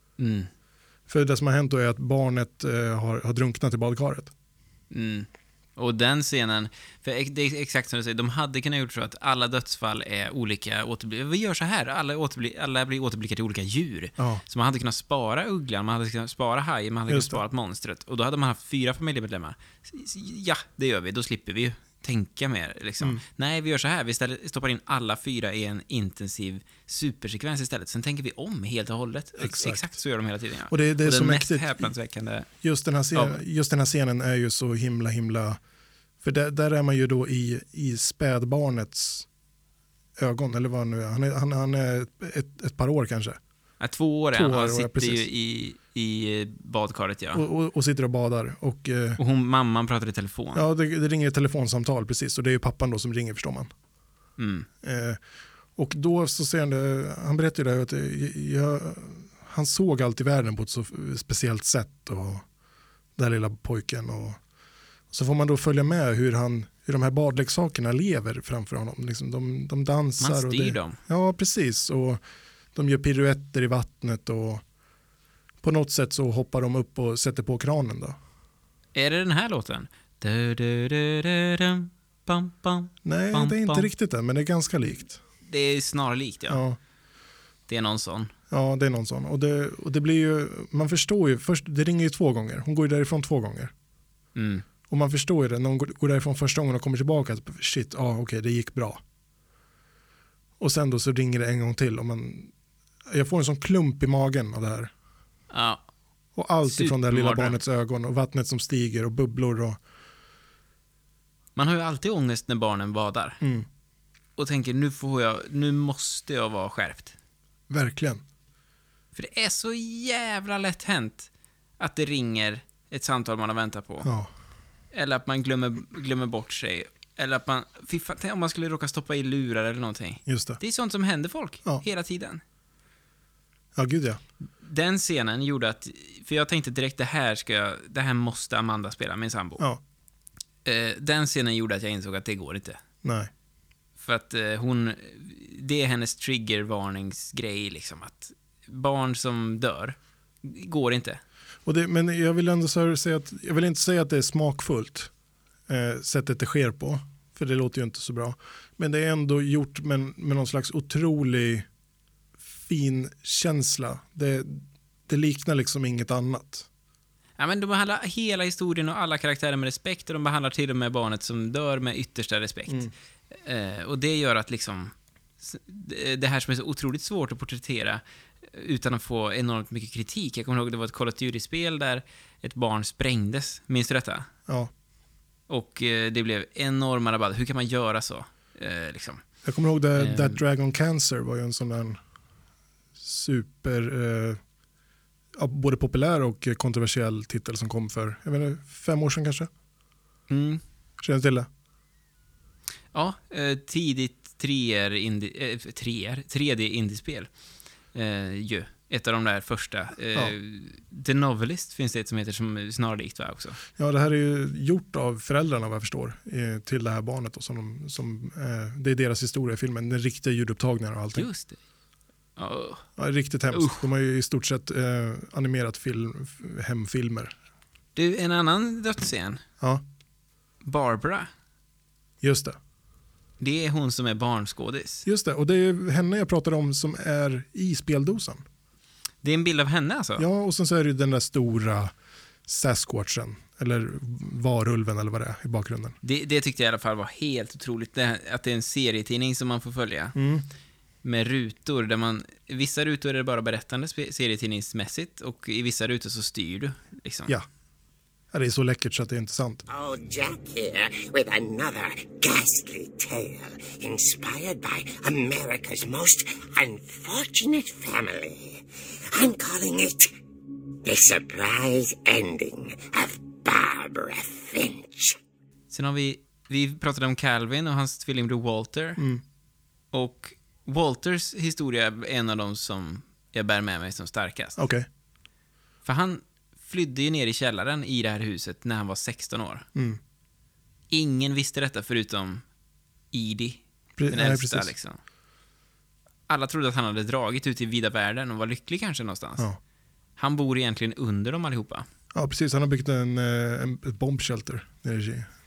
Mm. För det som har hänt då är att barnet eh, har, har drunknat i badkaret. Mm. Och den scenen, för det är exakt som du säger, de hade kunnat gjort så att alla dödsfall är olika återblickar. Vi gör så här, alla, återbli- alla blir återblickar till olika djur. Ja. Så man hade kunnat spara ugglan, man hade kunnat spara hajen, man hade kunnat Just det. spara monstret. Och då hade man haft fyra familjemedlemmar. Ja, det gör vi, då slipper vi ju tänka mer. Liksom. Mm. Nej, vi gör så här, vi ställer, stoppar in alla fyra i en intensiv supersekvens istället. Sen tänker vi om helt och hållet. Exakt. Exakt så gör de hela tiden. Ja. Och det, det är och så den mest mäktigt. häpnadsväckande... Just den, här scenen, just den här scenen är ju så himla, himla... För där, där är man ju då i, i spädbarnets ögon, eller vad nu är. Han är, han, han är ett, ett par år kanske. Ja, två år, Två ja. år, Han ja, sitter precis. ju i, i badkaret, ja. Och, Och, och, och sitter och badar. Och, eh, hon, mamman pratar i telefon. ja, det, det ringer ett telefonsamtal, precis. Och det är ju pappan då som ringer, förstår man. Mm. Eh, och då så ser han det, han berättar ju det att eh, jag, han såg allt i världen på ett så speciellt sätt. Och den här lilla pojken. Och, så får man då följa med hur, han, hur de här badleksakerna lever framför honom. Liksom de, de dansar. Man styr och det, dem. Ja, precis. Och de gör piruetter i vattnet och på något sätt så hoppar de upp och sätter på kranen då. Är det den här låten? Du, du, du, du, dum, bam, bam. Nej, Bam, det är inte bam. riktigt det, men det är ganska likt. Det är snarlikt, ja. Ja, Det är någon sån. ja det är någon sån. Och det, och det blir ju, man förstår ju, först, det ringer ju två gånger. Hon går ju därifrån två gånger. Mm. Och man förstår ju det när hon går, går därifrån första gången och kommer tillbaka. Att, shit, ja okej, det gick bra. Och sen då så ringer det en gång till. Och man, jag får en sån klump i magen av det här. Ja. Och allt ifrån det här lilla Supermardröm. barnets ögon och vattnet som stiger och bubblor. Och, Man har ju alltid ångest när barnen badar. mm, Och tänker, nu får jag, nu måste jag vara skärpt. verkligen. För det är så jävla lätt hänt att det ringer ett samtal man har väntat på. Ja, Eller att man glömmer, glömmer bort sig. Eller att man, fy fan, tänk om man skulle råka stoppa i lurar eller någonting. just det. Det är sånt som händer folk Ja. hela tiden. Ja, gud ja. Den scenen gjorde att, för jag tänkte direkt, det här ska jag, det här måste Amanda spela, min sambo. Ja, Eh, den scenen gjorde att jag insåg att det går inte. nej. För att eh, hon, det är hennes triggervarningsgrej liksom, att barn som dör, går inte. Och det, men jag vill ändå så här säga att jag vill inte säga att det är smakfullt eh, sättet det sker på, för det låter ju inte så bra. Men det är ändå gjort med, med någon slags otrolig fin känsla. Det, det liknar liksom inget annat. Ja, men de behandlar hela historien och alla karaktärer med respekt, och de behandlar till och med barnet som dör med yttersta respekt. Mm. Eh, och det gör att liksom s- det det här som är så otroligt svårt att porträttera utan att få enormt mycket kritik. Jag kommer ihåg det var ett Call of Duty-spel där ett barn sprängdes. Minns du detta? Ja. Och eh, det blev enorma rabatter. Hur kan man göra så? Eh, liksom. Jag kommer ihåg det, Ehm. That Dragon Cancer var ju en sån där super eh, ja, både populär och kontroversiell titel som kom för jag vet inte, fem år sedan kanske. Mm. Känner du till det? Ja, eh, tidigt treer indie, eh, treer, tre D-indiespel. Eh, ju. Ett av de där första. Eh, Ja. The Novelist finns det ett som heter som snarlikt, va, också. Ja, det här är ju gjort av föräldrarna vad jag förstår eh, till det här barnet. Och som de, som, eh, det är deras historia i filmen. Den riktiga ljudupptagningar och allting. Just det. Oh. Ja, riktigt hemskt. Usch. De har ju i stort sett eh, animerat film, f- hemfilmer. Du, en annan dödsscen. Ja, Barbara. just det. Det är hon som är barnskådis. Just det, och det är henne jag pratar om som är i speldosan. Det är en bild av henne, alltså? Ja, och sen så är det ju den där stora Sasquatchen, eller varulven eller vad det är i bakgrunden. Det, det tyckte jag i alla fall var helt otroligt. Det, att det är en serietidning som man får följa. Mm. Med rutor där man, vissa rutor är det bara berättande spe- serietidningsmässigt, och i vissa rutor så styr du liksom. Ja. Ja, det är så läckert så att det är inte sant. Old Jack here with another ghastly tale inspired by America's most unfortunate family. I'm calling it The Surprise Ending of Barbara Finch. Sen har vi, vi pratade om Calvin och hans tvillingbror Walter. Mm. Och Walters historia är en av de som jag bär med mig som starkast. Okej. För han flydde ju ner i källaren i det här huset när han var sexton år. Mm. Ingen visste detta förutom Edie, Pre- den nej, äldsta precis. liksom. Alla trodde att han hade dragit ut i vida världen och var lycklig kanske någonstans. Ja. Han bor egentligen under dem allihopa. Ja, precis. Han har byggt en, eh, en, ett bombshelter nere i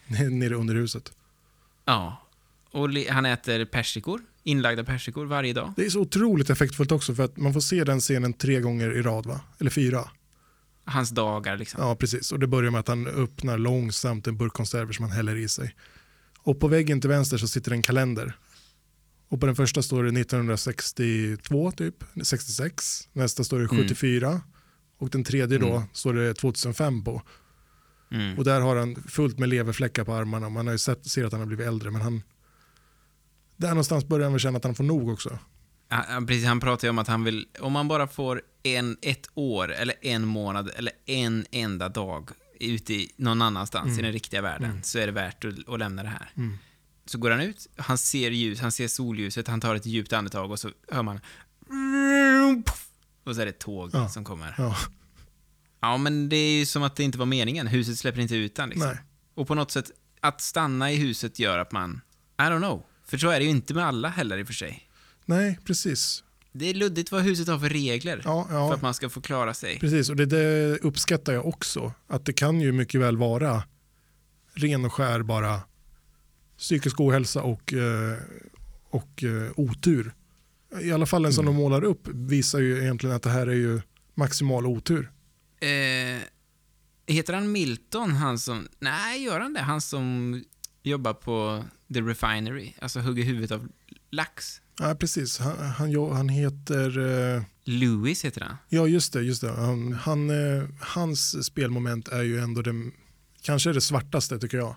nere under huset. Ja. Och le- han äter persikor, inlagda persikor varje dag. Det är så otroligt effektfullt också för att man får se den scenen tre gånger i rad, va? Eller fyra. Hans dagar liksom. Ja, precis. Och det börjar med att han öppnar långsamt en burk konserver som han häller i sig. Och på väggen till vänster så sitter en kalender. Och på den första står det nittonhundrasextiotvå typ, sextiosex. Nästa står det sjuttiofyra. Mm. Och den tredje då mm. står det tjugohundrafem på. Mm. Och där har han fullt med leverfläckar på armarna. Man har ju sett, ser att han har blivit äldre, men han... Där någonstans börjar han väl känna att han får nog också. Ja, precis, han pratar ju om att han vill, om man bara får en, ett år eller en månad eller en enda dag ute i någon annanstans mm. i den riktiga världen mm. så är det värt att, att lämna det här. Mm. Så går han ut, han ser ljus, han ser solljuset, han tar ett djupt andetag och så hör man och så är det ett tåg ja. som kommer. Ja. ja, men det är ju som att det inte var meningen. Huset släpper inte ut den liksom. Nej. Och på något sätt, att stanna i huset gör att man, I don't know. För så är det ju inte med alla heller i och för sig. Nej, precis. Det är luddigt vad huset har för regler ja, ja. för att man ska få klara sig. Precis, och det, det uppskattar jag också. Att det kan ju mycket väl vara ren och skär bara psykisk ohälsa och, och otur. I alla fall en som mm. de målar upp visar ju egentligen att det här är ju maximal otur. Eh, heter han Milton, han som... Nej, gör han det? Han som jobbar på The Refinery, alltså hugger huvudet av lax. Ja, precis. Han, han, han heter... Uh... Lewis heter han. Ja, just det. Just det. Han, han, uh, hans spelmoment är ju ändå det, kanske det svartaste, tycker jag.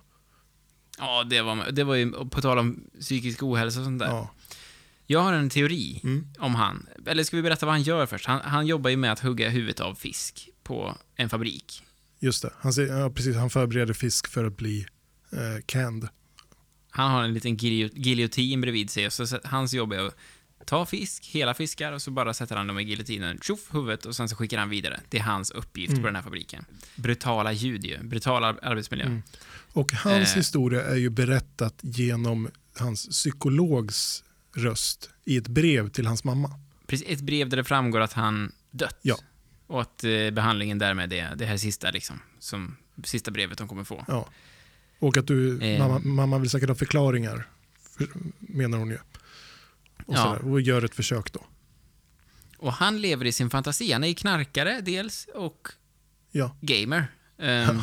Ja, det var, det var ju på tal om psykisk ohälsa och sånt där. Ja. Jag har en teori mm. om han. Eller ska vi berätta vad han gör först? Han, han jobbar ju med att hugga huvudet av fisk på en fabrik. Just det. Han, ja, precis, han förbereder fisk för att bli uh, canned. Han har en liten giljotin bredvid sig och så hans jobb är att ta fisk, hela fiskar och så bara sätter han dem i giljotinen, tjoff, huvudet och sen så skickar han vidare. Det är hans uppgift mm. på den här fabriken. Brutala ljud ju, brutal arbetsmiljö. Mm. Och hans eh. historia är ju berättat genom hans psykologs röst i ett brev till hans mamma. Precis, ett brev där det framgår att han dött. Ja. Och att eh, behandlingen därmed är det här sista liksom, som sista brevet de kommer få. Ja. Och att du, eh. mamma, mamma vill säkert ha förklaringar, för, menar hon ju. Och, ja. sådär, och gör ett försök då. Och han lever i sin fantasi. Han är knarkare dels och ja. gamer. Um, ja.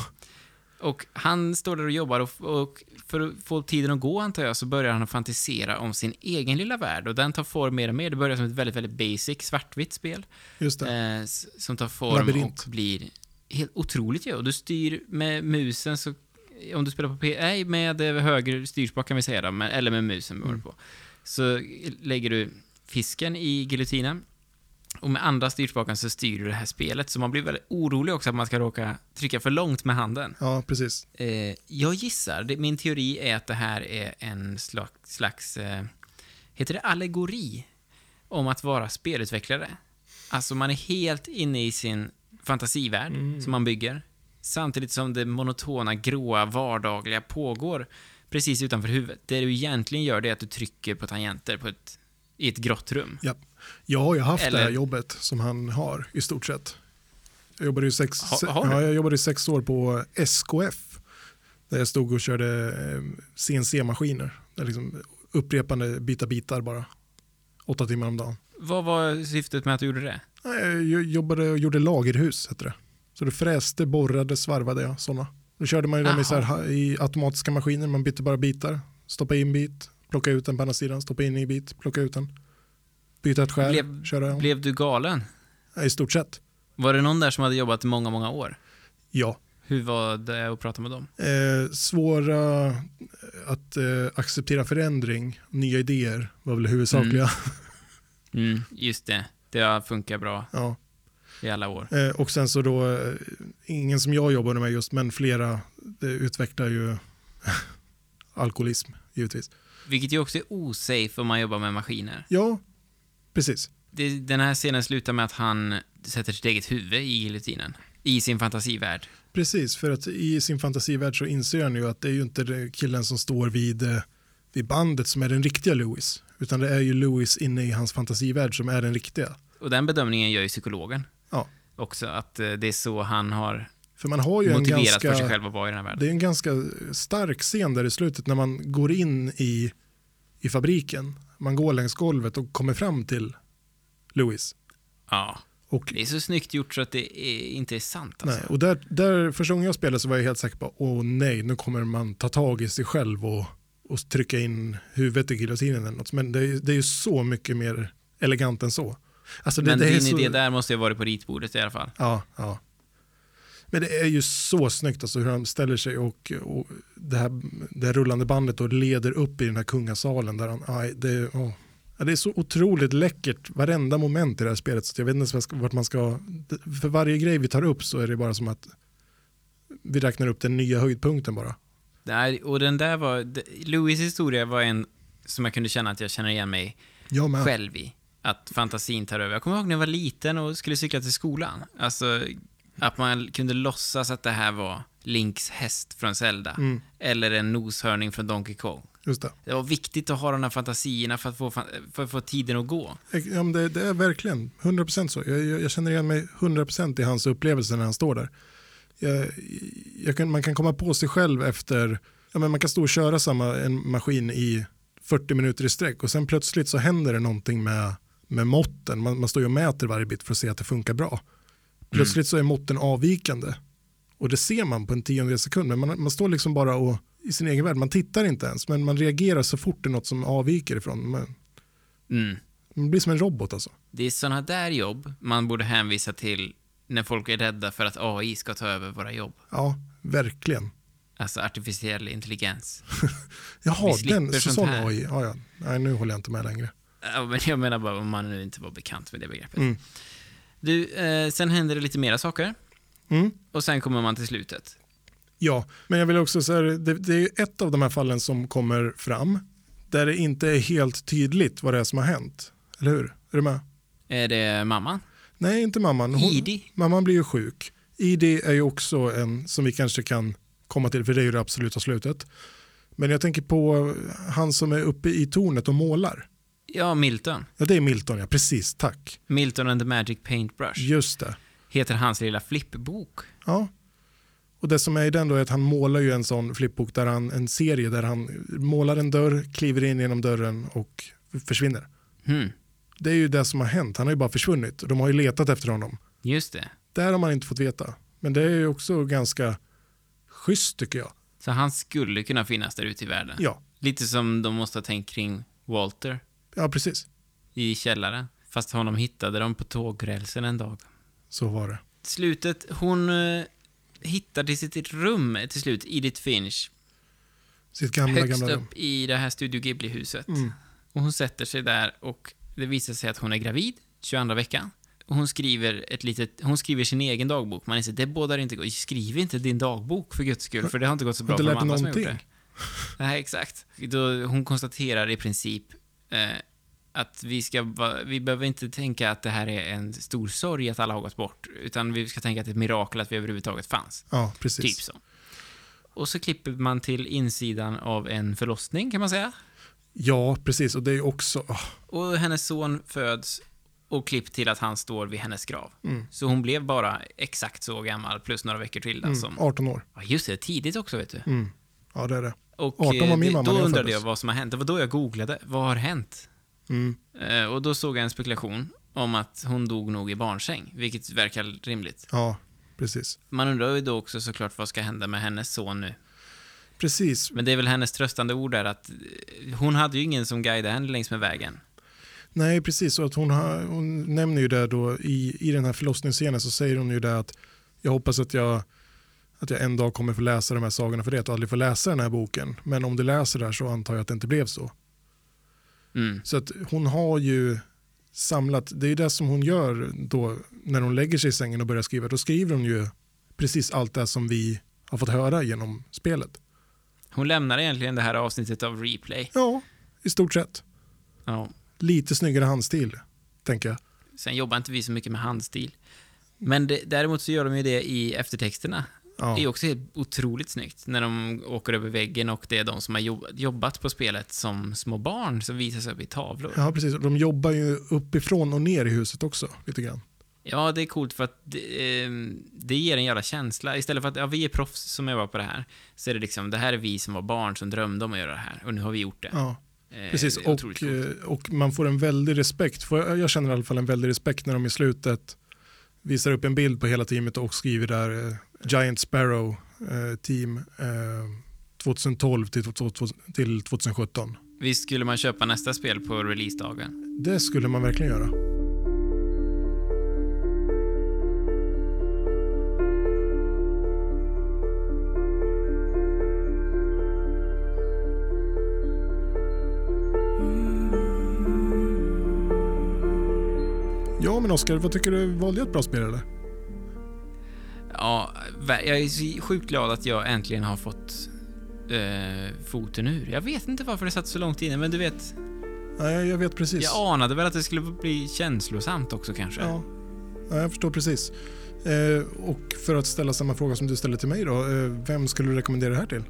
Och han står där och jobbar och, och för att få tiden att gå, antar jag, så börjar han att fantisera om sin egen lilla värld. Och den tar form mer och mer. Det börjar som ett väldigt, väldigt basic svartvitt spel. Just det. Eh, som tar form Labyrint. Och blir helt otroligt. Ja. Och du styr med musen så om du spelar på P... Nej, med höger styrspak kan vi säga då, men, eller med musen mm. på. Så lägger du fisken i giljotinen och med andra styrspaken så styr du det här spelet. Så man blir väldigt orolig också att man ska råka trycka för långt med handen. Ja, precis. Eh, jag gissar, det, min teori är att det här är en slags, slags eh, heter det allegori om att vara spelutvecklare. Alltså man är helt inne i sin fantasivärld mm. som man bygger. Samtidigt som det monotona, gråa, vardagliga pågår precis utanför huvudet. Det du egentligen gör det är att du trycker på tangenter på ett, i ett grått rum. Ja. Jag har ju haft Eller... det här jobbet som han har i stort sett. Jag jobbade ju sex, ha, har ja, jag jobbade sex år på S K F där jag stod och körde C N C-maskiner. Där liksom upprepande byta bitar bara. Åtta timmar om dagen. Vad var syftet med att du gjorde det? Jag jobbade och gjorde lagerhus, heter det. Så du fräste, borrade, svarvade jag sådana. Då körde man ju dem i, så här, i automatiska maskiner. Man bytte bara bitar. Stoppa in bit, plocka ut den på andra sidan. Stoppa in i bit, plocka ut den. Byta ett skär, blev, köra om. Blev du galen? Ja, i stort sett. Var det någon där som hade jobbat i många, många år? Ja. Hur var det att prata med dem? Eh, svåra att eh, acceptera förändring. Nya idéer var väl det huvudsakliga. Mm. Mm, just det. Det funkar bra. Ja. I alla år. Eh, och sen så då, eh, ingen som jag jobbade med just, men flera det utvecklar ju alkoholism, givetvis. Vilket ju också är osafe om man jobbar med maskiner. Ja, precis. Det, den här scenen slutar med att han sätter sitt eget huvud i giljotinen. I sin fantasivärld. Precis, för att i sin fantasivärld så inser han ju att det är ju inte killen som står vid, vid bandet som är den riktiga Lewis. Utan det är ju Lewis inne i hans fantasivärld som är den riktiga. Och den bedömningen gör ju psykologen. Ja. Också att det är så han har För man har ju en motiverat ganska, för sig själv att vara i den här världen. det är en ganska stark scen där i slutet när man går in i, i fabriken. Man går längs golvet och kommer fram till Louis. Ja. Och, Det är så snyggt gjort så att det är, inte är sant. Alltså. nej, och där, där första gången jag spelade så var jag helt säker på åh nej, nu kommer man ta tag i sig själv och, och trycka in huvudet i giljotinen eller något. Men det är, det är ju så mycket mer elegant än så. Alltså det, Men det är din så, idé där måste ju ha varit på ritbordet i alla fall. Ja, ja. Men det är ju så snyggt alltså hur han ställer sig och, och det, här, det här rullande bandet och leder upp i den här kungasalen där han, aj, det, åh. Ja, det är så otroligt läckert varenda moment i det här spelet så jag vet inte ens vart man ska, för varje grej vi tar upp så är det bara som att vi räknar upp den nya höjdpunkten bara. Nej, och den där var, Louis historia var en som jag kunde känna att jag känner igen mig Jag med. själv i. Att fantasin tar över. Jag kommer ihåg när jag var liten och skulle cykla till skolan. Alltså, att man kunde låtsas att det här var Links häst från Zelda. Mm. Eller en noshörning från Donkey Kong. Just det. Det var viktigt att ha de här fantasierna för att få, för att få tiden att gå. Ja, men det, det är verkligen hundra procent så. Jag, jag, jag känner igen mig hundra procent i hans upplevelse när han står där. Jag, jag kan, man kan komma på sig själv efter, ja, men man kan stå och köra samma en maskin i fyrtio minuter i sträck och sen plötsligt så händer det någonting med, med måtten. Man, man står ju och mäter varje bit för att se att det funkar bra. Plötsligt mm. så är måtten avvikande och det ser man på en tiondel sekund. Men man, man står liksom bara och i sin egen värld, man tittar inte ens men man reagerar så fort det är något som avviker ifrån. Man, Mm. man blir som en robot alltså. Det är sådana där jobb man borde hänvisa till när folk är rädda för att A I ska ta över våra jobb. Ja, verkligen. Alltså artificiell intelligens. Jaha, Vi slipper den, så sånt sån här. A I. Ja, ja. Nej, nu håller jag inte med längre. Ja, men jag menar bara om man nu inte var bekant med det begreppet. Mm. Du, eh, sen händer det lite mera saker. Mm. Och sen kommer man till slutet. Ja, men jag vill också säga det, det är ett av de här fallen som kommer fram där det inte är helt tydligt vad det är som har hänt. Eller hur? Är du med? Är det mamman? Nej, inte mamman. Hon, Idi? mamman blir ju sjuk. Idi är ju också en som vi kanske kan komma till, för det är ju det absoluta slutet. Men jag tänker på han som är uppe i tornet och målar. Ja, Milton. Ja, det är Milton, ja. Precis, tack. Milton and the Magic Paintbrush. Just det. Heter hans lilla flippbok. Ja. Och det som är i den då är att han målar ju en sån flippbok där han, en serie där han målar en dörr, kliver in genom dörren och försvinner. Hmm. Det är ju det som har hänt. Han har ju bara försvunnit. De har ju letat efter honom. Just det. Där har man inte fått veta. Men det är ju också ganska schysst tycker jag. Så han skulle kunna finnas där ute i världen. Ja, Lite som de måste ha tänkt kring Walter ja precis. i källaren. Fast honom hittade de på tågrälsen en dag. Så var det. Slutet, hon eh, hittar till sitt rum till slut, Edith Finch. Sitt gamla, Högst gamla rum. upp i det här Studio Ghibli-huset. Mm. Och hon sätter sig där och det visar sig att hon är gravid, tjugoandra veckan. Och hon skriver ett litet, hon skriver sin egen dagbok. Man säger, det bådar inte gott. Skriv inte din dagbok för guds skull, för det har inte gått så bra Har för inte de lärt andra som har gjort någonting. det. Nej, exakt. Då, hon konstaterar i princip eh, att vi ska va, vi behöver inte tänka att det här är en stor sorg att alla har gått bort, utan vi ska tänka att det är ett mirakel att vi överhuvudtaget fanns. Ja, precis. Typ så. Och så klipper man till insidan av en förlossning, kan man säga. Ja, precis. Och det är ju också... Oh, Och hennes son föds och klipp till att han står vid hennes grav. mm, Så hon blev bara exakt så gammal, plus några veckor till. mm, Som, arton år. ja, just det, tidigt också, vet du. Mm. Ja, det är det. Och arton var min eh, mamma då när jag undrade föddes. jag vad som har hänt. Det var då jag googlade, vad har hänt? Mm. Eh, och då såg jag en spekulation om att hon dog nog i barnsäng, vilket verkar rimligt. Ja, precis. Man undrar ju då också såklart vad ska hända med hennes son nu. Precis. Men det är väl hennes tröstande ord där att eh, hon hade ju ingen som guidade henne längs med vägen. Nej, precis. Och att hon, har, hon nämner ju det då i, i den här förlossningsscenen så säger hon ju det att jag hoppas att jag, att jag en dag kommer få läsa de här sagorna för det att aldrig få läsa den här boken. Men om du läser där så antar jag att det inte blev så. Mm. Så att hon har ju samlat, det är ju det som hon gör då när hon lägger sig i sängen och börjar skriva. Då skriver hon ju precis allt det som vi har fått höra genom spelet. Hon lämnar egentligen det här avsnittet av Replay. Ja, i stort sett. Ja. Lite snyggare handstil, tänker jag. Sen jobbar inte vi så mycket med handstil. Men det, däremot så gör de ju det i eftertexterna. Ja. Det är också helt otroligt snyggt när de åker över väggen och det är de som har jobb- jobbat på spelet som små barn som visar sig upp i tavlor. Ja, precis. De jobbar ju uppifrån och ner i huset också, lite grann. Ja, det är coolt för att det, eh, det ger en jävla känsla. Istället för att ja, vi är proffs som jobbar på det här, så är det liksom, det här är vi som var barn som drömde om att göra det här. Och nu har vi gjort det. Ja, Eh, precis. det är otroligt Och, coolt. eh, och man får en väldig respekt. För jag känner i alla fall en väldig respekt när de i slutet visar upp en bild på hela teamet och skriver där eh, Giant Sparrow eh, team eh, tjugohundratolv till, till tjugosjutton. Visst skulle man köpa nästa spel på releasedagen? Det skulle man verkligen göra. Ja, men Oskar, vad tycker du? Valde jag ett bra spel eller? Ja, jag är så sjukt glad att jag äntligen har fått eh, foten ur. Jag vet inte varför det satt så långt inne, men du vet... Nej, jag vet precis. Jag anade väl att det skulle bli känslosamt också kanske. Ja, ja jag förstår precis. Eh, och för att ställa samma fråga som du ställde till mig då, eh, vem skulle du rekommendera det här till?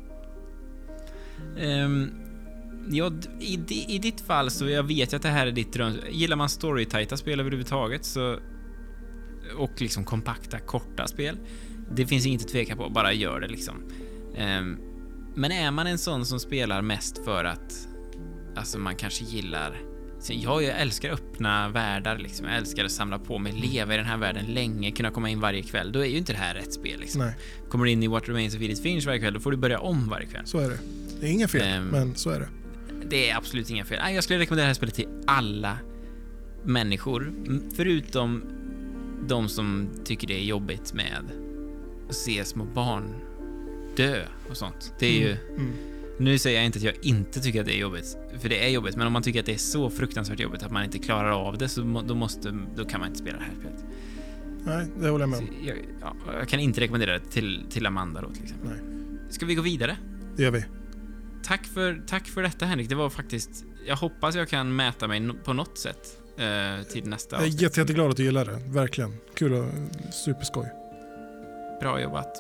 Um, ja, i, i ditt fall så jag vet jag att det här är ditt dröm. Gillar man storytajta spel överhuvudtaget så, och liksom kompakta, korta spel, det finns inget att tveka på, bara gör det liksom. Um, men är man en sån som spelar mest för att alltså man kanske gillar, ja, jag älskar öppna världar liksom. Jag älskar att samla på mig, leva i den här världen länge, kunna komma in varje kväll. Då är ju inte det här rätt spel liksom. Nej. Kommer du in i What Remains of Edith Finch varje kväll, då får du börja om varje kväll. Så är det. Det är inga fel, Um, men så är det. Det är absolut inga fel. Jag skulle rekommendera det här spelet till alla människor, förutom de som tycker det är jobbigt med att se små barn dö och sånt. Det är ju... Mm. Nu säger jag inte att jag inte tycker att det är jobbigt, för det är jobbigt, men om man tycker att det är så fruktansvärt jobbigt att man inte klarar av det, så må, då, måste, då kan man inte spela det här spelet. Nej, det håller jag med om. Jag, ja, jag kan inte rekommendera det till, till Amanda då, till exempel. Nej. Ska vi gå vidare? Det gör vi. Tack för, tack för detta, Henrik. Det var faktiskt... Jag hoppas jag kan mäta mig på något sätt eh, till nästa Jag är avsnitt. jätte, jätteglad att du gillar det. Verkligen. Kul och superskoj. Bra jobbat.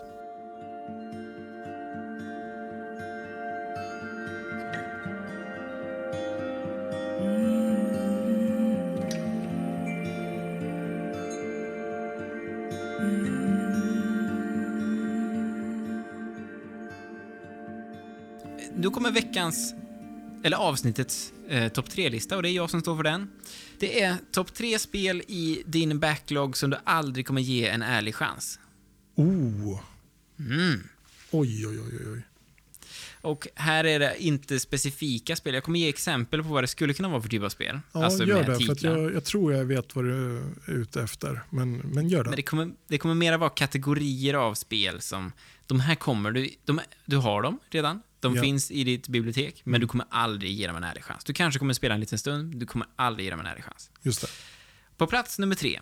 Då kommer veckans, eller avsnittets eh, topp tre-lista, och det är jag som står för den. Det är topp tre spel i din backlog som du aldrig kommer ge en ärlig chans. Oh. Mm. Oj, oj, oj, oj. Och här är det inte specifika spel. Jag kommer ge exempel på vad det skulle kunna vara för typ av spel. Ja, alltså gör med det. För att titlar. jag, jag tror jag vet vad du är ute efter. Men, men gör det. Men det kommer, det kommer mera vara kategorier av spel som... De här kommer, du, de, du har dem redan. De Ja. finns i ditt bibliotek, men du kommer aldrig ge dem en ärlig chans. Du kanske kommer spela en liten stund, du kommer aldrig ge dem en ärlig chans. Just det. På plats nummer tre.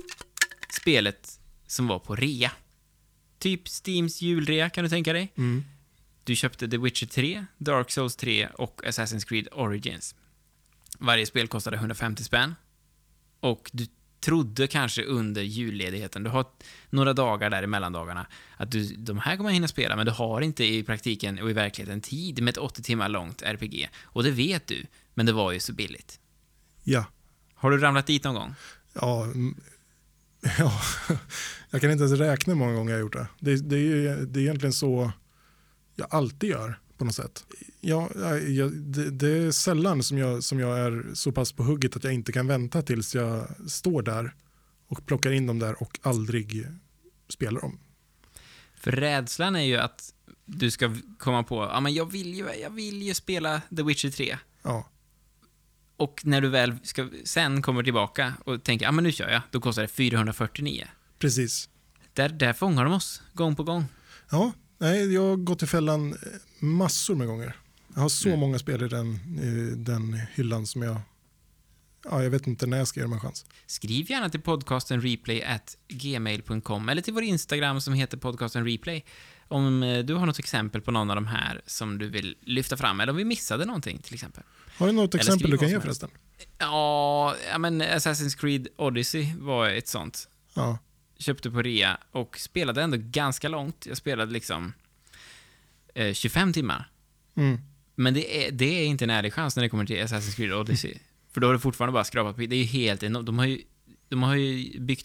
Spelet som var på rea. Typ Steams julrea, kan du tänka dig? Mm. Du köpte The Witcher tre, Dark Souls tre och Assassin's Creed Origins. Varje spel kostade hundrafemtio spänn. Och du trodde kanske under julledigheten, du har några dagar där i mellandagarna, att du, de här kommer jag hinna spela, men du har inte i praktiken och i verkligheten tid med ett åttio timmar långt R P G. Och det vet du, men det var ju så billigt. Ja. Har du ramlat dit någon gång? Ja, mm, ja. Jag kan inte ens räkna hur många gånger jag har gjort det. Det, det, är, ju, det är egentligen så jag alltid gör på något sätt. Ja, jag, det, det är sällan som jag, som jag är så pass på hugget att jag inte kan vänta tills jag står där och plockar in dem där och aldrig spelar dem. För rädslan är ju att du ska komma på, ja men jag vill ju, jag vill ju spela The Witcher tre. Ja, Och när du väl ska, sen kommer tillbaka och tänker, ja men nu kör jag, då kostar det fyrahundrafyrtionio. precis. Där, där fångar de oss, gång på gång. Ja, nej, jag har gått i fällan massor med gånger. Jag har så Mm. många spel i den, i den hyllan som jag... Ja, jag vet inte när jag ska ge dem en chans. Skriv gärna till podcasten replay at gmail dot com eller till vår Instagram som heter podcasten replay om eh, du har något exempel på någon av de här som du vill lyfta fram, eller om vi missade någonting till exempel. Har du något Eller exempel skriv du kan vad ge som helst. förresten? Ja, ja, men Assassin's Creed Odyssey var ett sånt. Ja, Köpte på rea och spelade ändå ganska långt. Jag spelade liksom eh, tjugofem timmar. mm. Men det är, det är inte en ärlig chans när det kommer till Assassin's Creed Odyssey. För då har du fortfarande bara skrapat på. Det är ju helt enormt. De har ju, de har ju byggt upp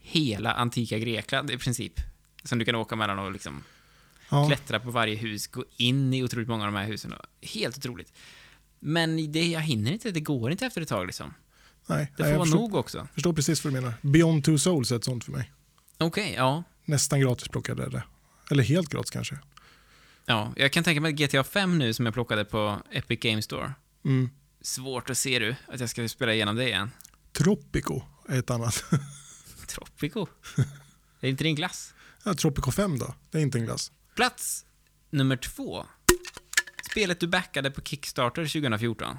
hela antika Grekland i princip. Som du kan åka mellan och liksom Ja. klättra på varje hus, gå in i otroligt många av de här husen. Helt otroligt. Men det, jag hinner inte, det går inte efter ett tag liksom. Nej, Det nej, får jag vara förstår, nog också. förstår precis vad du menar. Beyond Two Souls är ett sånt för mig. Okej, ja. Nästan gratis plockade jag det. Eller helt gratis kanske. Ja, jag kan tänka mig att G T A fem nu som jag plockade på Epic Game Store. Mm. Svårt att se du, att jag ska spela igenom det igen. Tropico är ett annat. Tropico. Det är inte din glass. Ja, Tropico fem då. Det är inte en glass. Plats nummer två. Spelet du backade på Kickstarter tjugo fjorton.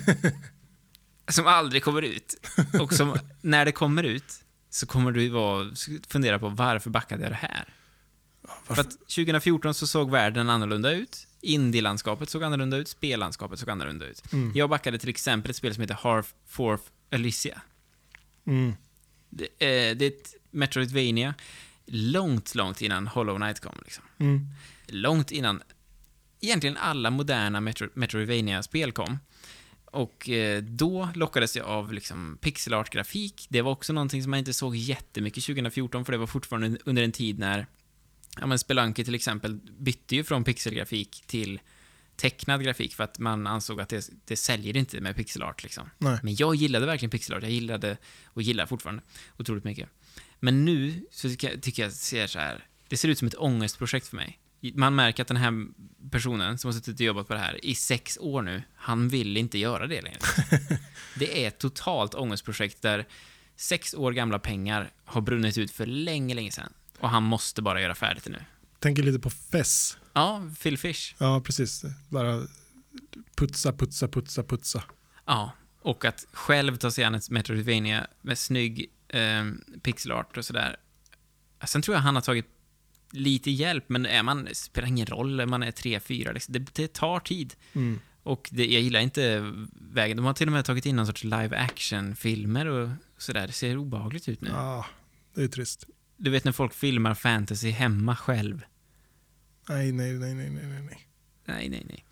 Som aldrig kommer ut. Och som, när det kommer ut, så kommer du vara, fundera på varför backade jag det här? För att tjugo fjorton så såg världen annorlunda ut. Indie-landskapet såg annorlunda ut. Spellandskapet såg annorlunda ut. Mm. Jag backade till exempel ett spel som heter Half-Fourth Elysia. Mm. Det, eh, det är ett Metroidvania långt, långt innan Hollow Knight kom. Liksom. Mm. Långt innan egentligen alla moderna Metro, Metroidvania-spel kom. Och eh, då lockades jag av liksom, pixelart-grafik. Det var också någonting som man inte såg jättemycket tjugo fjorton, för det var fortfarande under en tid när ja, men Spelunky till exempel bytte ju från pixelgrafik till tecknad grafik för att man ansåg att det, det säljer inte med pixelart liksom. Nej. Men jag gillade verkligen pixelart. Jag gillade och gillar fortfarande otroligt mycket. Men nu så tycker jag, tycker jag ser så här, det ser ut som ett ångestprojekt för mig. Man märker att den här personen som har suttit och jobbat på det här i sex år nu, han vill inte göra det längre. Det är ett totalt ångestprojekt där sex år gamla pengar har brunnit ut för länge, länge sedan. Och han måste bara göra färdigt det nu. Tänker lite på Fess. Ja, Phil Fish. Ja, precis. Bara putsa, putsa, putsa, putsa. Ja, och att själv ta sig an ett Metroidvania med snygg eh, pixelart och sådär. Sen tror jag han har tagit lite hjälp, men är man, spelar ingen roll, man är tre, fyra, liksom. det, det tar tid. Mm. Och det, jag gillar inte vägen. De har till och med tagit in någon sorts live action-filmer och sådär. Det ser obehagligt ut nu. Ja, det är trist. Du vet när folk filmar fantasy hemma själv. Nej, nej, nej, nej, nej, nej. Nej, nej, nej.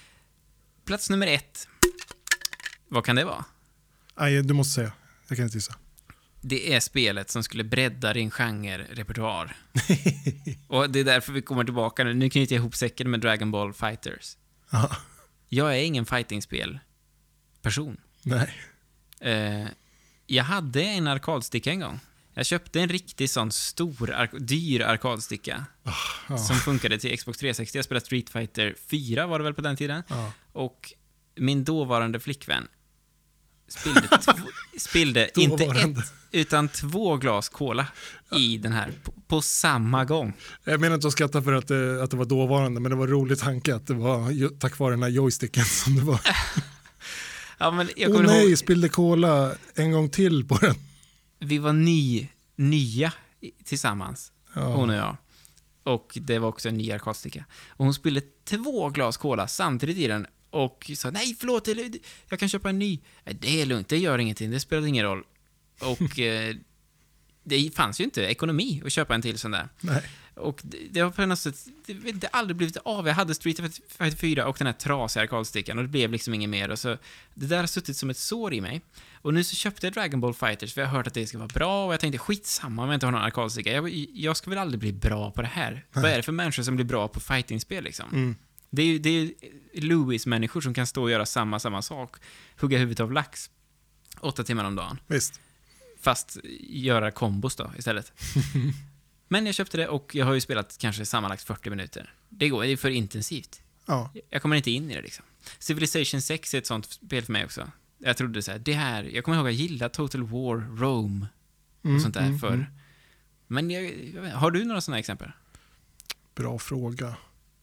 Plats nummer ett. Vad kan det vara? Nej, du måste säga. Jag kan inte gissa. Det är spelet som skulle bredda din genre-repertoar. Och det är därför vi kommer tillbaka nu. Nu knyter jag ihop säcken med Dragon Ball Fighters. Ja, Jag är ingen fightingspel-person. nej. Eh, jag hade en arkadsticka en gång. Jag köpte en riktigt sån stor, ark- dyr arkadsticka. Ja. Som funkade till Xbox tre sextio. Jag spelade Street Fighter fyra var det väl på den tiden. Ja. Och min dåvarande flickvän spillde, tv- spillde inte Dåvarande. ett, utan två glas cola i den här på, på samma gång. Jag menar inte att skratta för att det, att det var dåvarande, men det var rolig tanke att det var ju, tack vare den här joysticken som det var. Ja, men jag Åh kommer nej, ihåg, spillde cola en gång till på den. vi var ny, nya i- tillsammans, Ja. hon och jag. Och det var också en ny arkadsticka. Och hon spillde två glas cola samtidigt i den och sa, nej förlåt, eller, jag kan köpa en ny. Nej, det är lugnt, det gör ingenting, det spelar ingen roll. Och eh, det fanns ju inte ekonomi att köpa en till sån där. Nej. Och det, det har på något sätt, det har inte aldrig blivit av. Jag hade Street Fighter fyra och den här trasiga arkadstickan och det blev liksom inget mer. Och så, det där har suttit som ett sår i mig. Och nu så köpte jag Dragon Ball Fighters för jag har hört att det ska vara bra och jag tänkte skitsamma om jag inte har någon arkadsticka. Jag, jag ska väl aldrig bli bra på det här. Nej. Vad är det för människor som blir bra på fightingspel liksom? Mm. Det är ju det är Lewis-människor som kan stå och göra samma, samma sak. Hugga huvudet av lax åtta timmar om dagen. Visst. Fast göra kombos då istället. Men jag köpte det och jag har ju spelat kanske sammanlagt fyrtio minuter. Det går, det är för intensivt. Ja. Jag kommer inte in i det liksom. Civilization sex är ett sånt spel för mig också. Jag trodde så här, det här, jag kommer ihåg att jag gillade Total War, Rome och Mm, sånt där mm, för. mm. Men jag, jag vet, har du några sådana exempel? Bra fråga.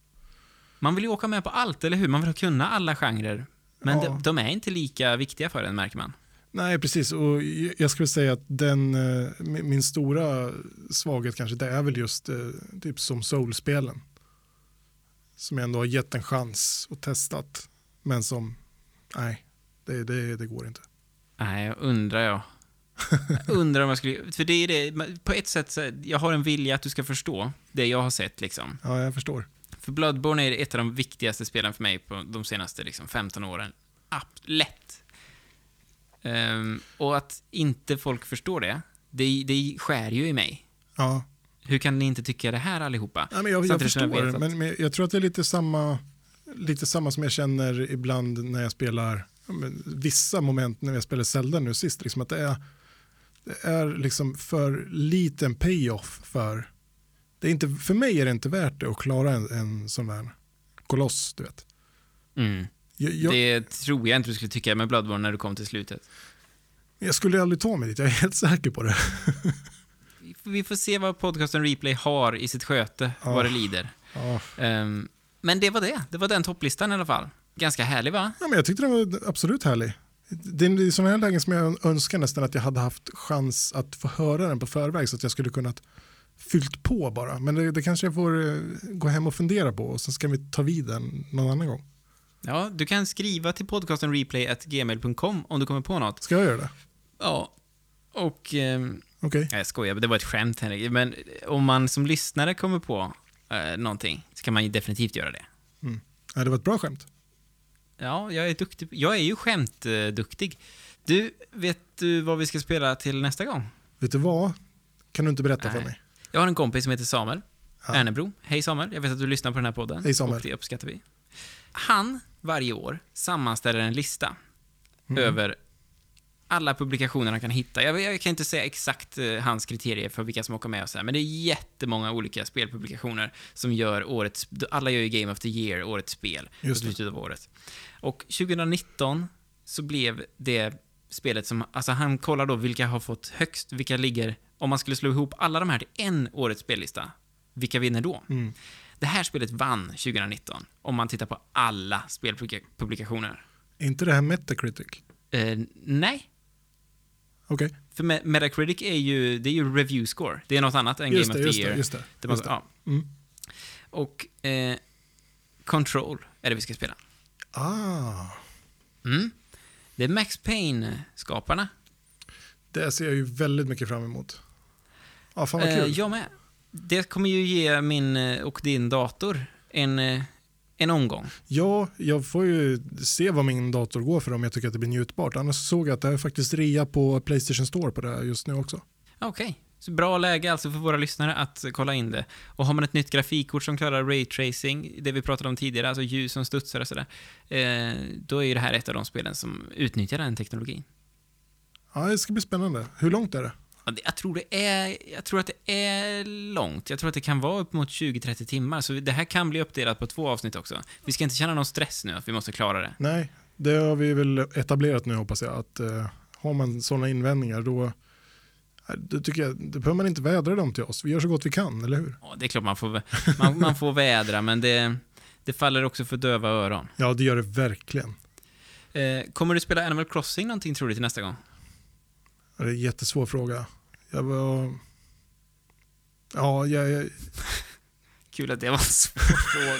Man vill ju åka med på allt, eller hur? Man vill kunna alla genrer. Men Ja. de, de är inte lika viktiga för en, märker man. Nej, precis. Och jag skulle säga att den, eh, min min stora svaghet kanske, det är väl just eh, typ som Soul-spelen. Som jag ändå har gett en chans och testat. Men som, nej, det, det, det går inte. Nej, jag undrar jag. Jag undrar om jag skulle... För det är det, på ett sätt, så, jag har en vilja att du ska förstå det jag har sett liksom. Ja, jag förstår. För Bloodborne är ett av de viktigaste spelen för mig på de senaste liksom, femton åren. App, lätt. Um, och att inte folk förstår det, Det, det skär ju i mig. Ja. Hur kan ni inte tycka det här allihopa? Ja, men jag, jag Samtidigt som förstår, vet att- men, men jag tror att det är lite samma, lite samma som jag känner ibland när jag spelar ja, men, vissa moment när jag spelar Zelda nu sist. Liksom att det är, det är liksom för liten payoff för... Det är inte, för mig är det inte värt det att klara en, en sån där koloss, du vet. Mm. Jag, jag, Det tror jag inte du skulle tycka med Bloodborne när du kom till slutet. jag skulle aldrig ta mig dit, jag är helt säker på det. Vi får se vad podcasten Replay har i sitt sköte, Ja. vad det lider. Ja. Ehm, men det var det. Det var den topplistan i alla fall. Ganska härlig, va? Ja, men jag tyckte den var absolut härlig. Det är i sådana här lägen som jag önskar nästan att jag hade haft chans att få höra den på förväg så att jag skulle kunnat fyllt på bara. Men det, det kanske jag får eh, gå hem och fundera på och sen ska vi ta vid den någon annan gång. Ja, du kan skriva till podcasten replay at gmail dot com om du kommer på något. Ska jag göra det? Ja. Och... ehm, Okej. nej, jag skojar, det var ett skämt, Henrik. Men om man som lyssnare kommer på eh, någonting så kan man ju definitivt göra det. Mm. Ja, det var ett bra skämt. Ja, jag är duktig. Jag är ju skämtduktig. Du, vet du vad vi ska spela till nästa gång? Vet du vad? Kan du inte berätta Nej. för mig? Jag har en kompis som heter Samuel Ja. Ernebro. Hej Samuel, jag vet att du lyssnar på den här podden. Hej, Samuel. Och det uppskattar vi. Han, varje år, sammanställer en lista Mm. över alla publikationer han kan hitta. Jag, jag kan inte säga exakt eh, hans kriterier för vilka som åker med och så här, men det är jättemånga olika spelpublikationer som gör årets... Alla gör ju Game of the Year, årets spel, på Just det. slutet av året. Och tjugonitton så blev det spelet som... Alltså han kollar då vilka har fått högst, vilka ligger... Om man skulle slå ihop alla de här till en årets spellista, vilka vinner då? Mm. Det här spelet vann tjugonitton, om man tittar på alla spelpublikationer. Är inte det här Metacritic? Eh, nej, Okej. för Me- Metacritic är ju, det är ju review score. Det är något annat än Just Game det, of just the det, Year. just det. Det var- Just det. ja. Mm. Och eh, Control är det vi ska spela. Ah, Mm. Det är Max Payne-skaparna. det ser jag ju väldigt mycket fram emot. Ja, fan vad Eh, kul. jag med. Det kommer ju ge min eh, och din dator en, eh, en omgång. Ja, jag får ju se vad min dator går för om jag tycker att det blir njutbart. Annars såg jag att det är faktiskt rea på PlayStation Store på det här just nu också. Okej, så bra läge alltså för våra lyssnare att kolla in det. Och har man ett nytt grafikkort som klarar raytracing, det vi pratade om tidigare, alltså ljus som studsar och sådär, eh, då är ju det här ett av de spelen som utnyttjar den teknologin. Ja, det ska bli spännande. Hur långt är det? Ja, det- Jag tror, det är, jag tror att det är långt. Jag tror att det kan vara upp mot tjugo till trettio timmar. Så det här kan bli uppdelat på två avsnitt också. Vi ska inte känna någon stress nu att vi måste klara det. Nej, det har vi väl etablerat nu hoppas jag. Att uh, har man sådana invändningar då, då tycker jag, då behöver man inte vädra dem till oss. Vi gör så gott vi kan, eller hur? Ja, det är klart man får, man, man får vädra, men det, det faller också för döva öron. Ja, det gör det verkligen. Eh, kommer du spela Animal Crossing någonting, tror du, till nästa gång? Det är en jättesvår fråga. Jag var... Ja, jag... jag... Kul att det var en svår fråga.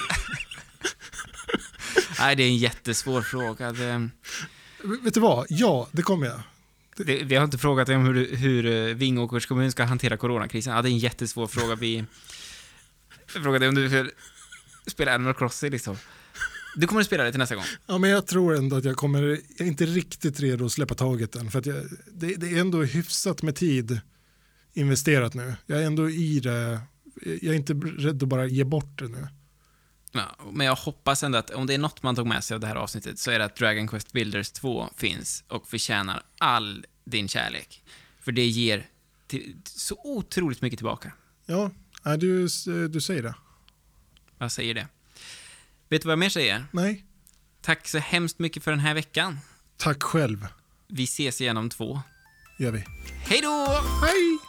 Nej, det är en jättesvår fråga. Det, Vet du vad? Ja, det kommer jag. det, vi har inte frågat om hur, hur eh, Vingåkers kommun ska hantera coronakrisen. Ja, det är en jättesvår fråga. Vi frågade om du vill spela Animal Crossing, liksom. Du kommer att spela det till nästa gång. Ja, men jag tror ändå att jag kommer... Jag är inte riktigt redo att släppa taget än. För att jag, det, det är ändå hyfsat med tid investerat nu. Jag är ändå i det. Jag är inte rädd att bara ge bort det nu. Ja, men jag hoppas ändå att om det är något man tog med sig av det här avsnittet så är det att Dragon Quest Builders två finns och förtjänar all din kärlek. För det ger till, så otroligt mycket tillbaka. Ja, nej, du, du säger det. Jag säger det. Vet du vad jag mer säger? Nej, Tack så hemskt mycket för den här veckan. tack själv. Vi ses igen om två. Gör vi. Hej då! Hej!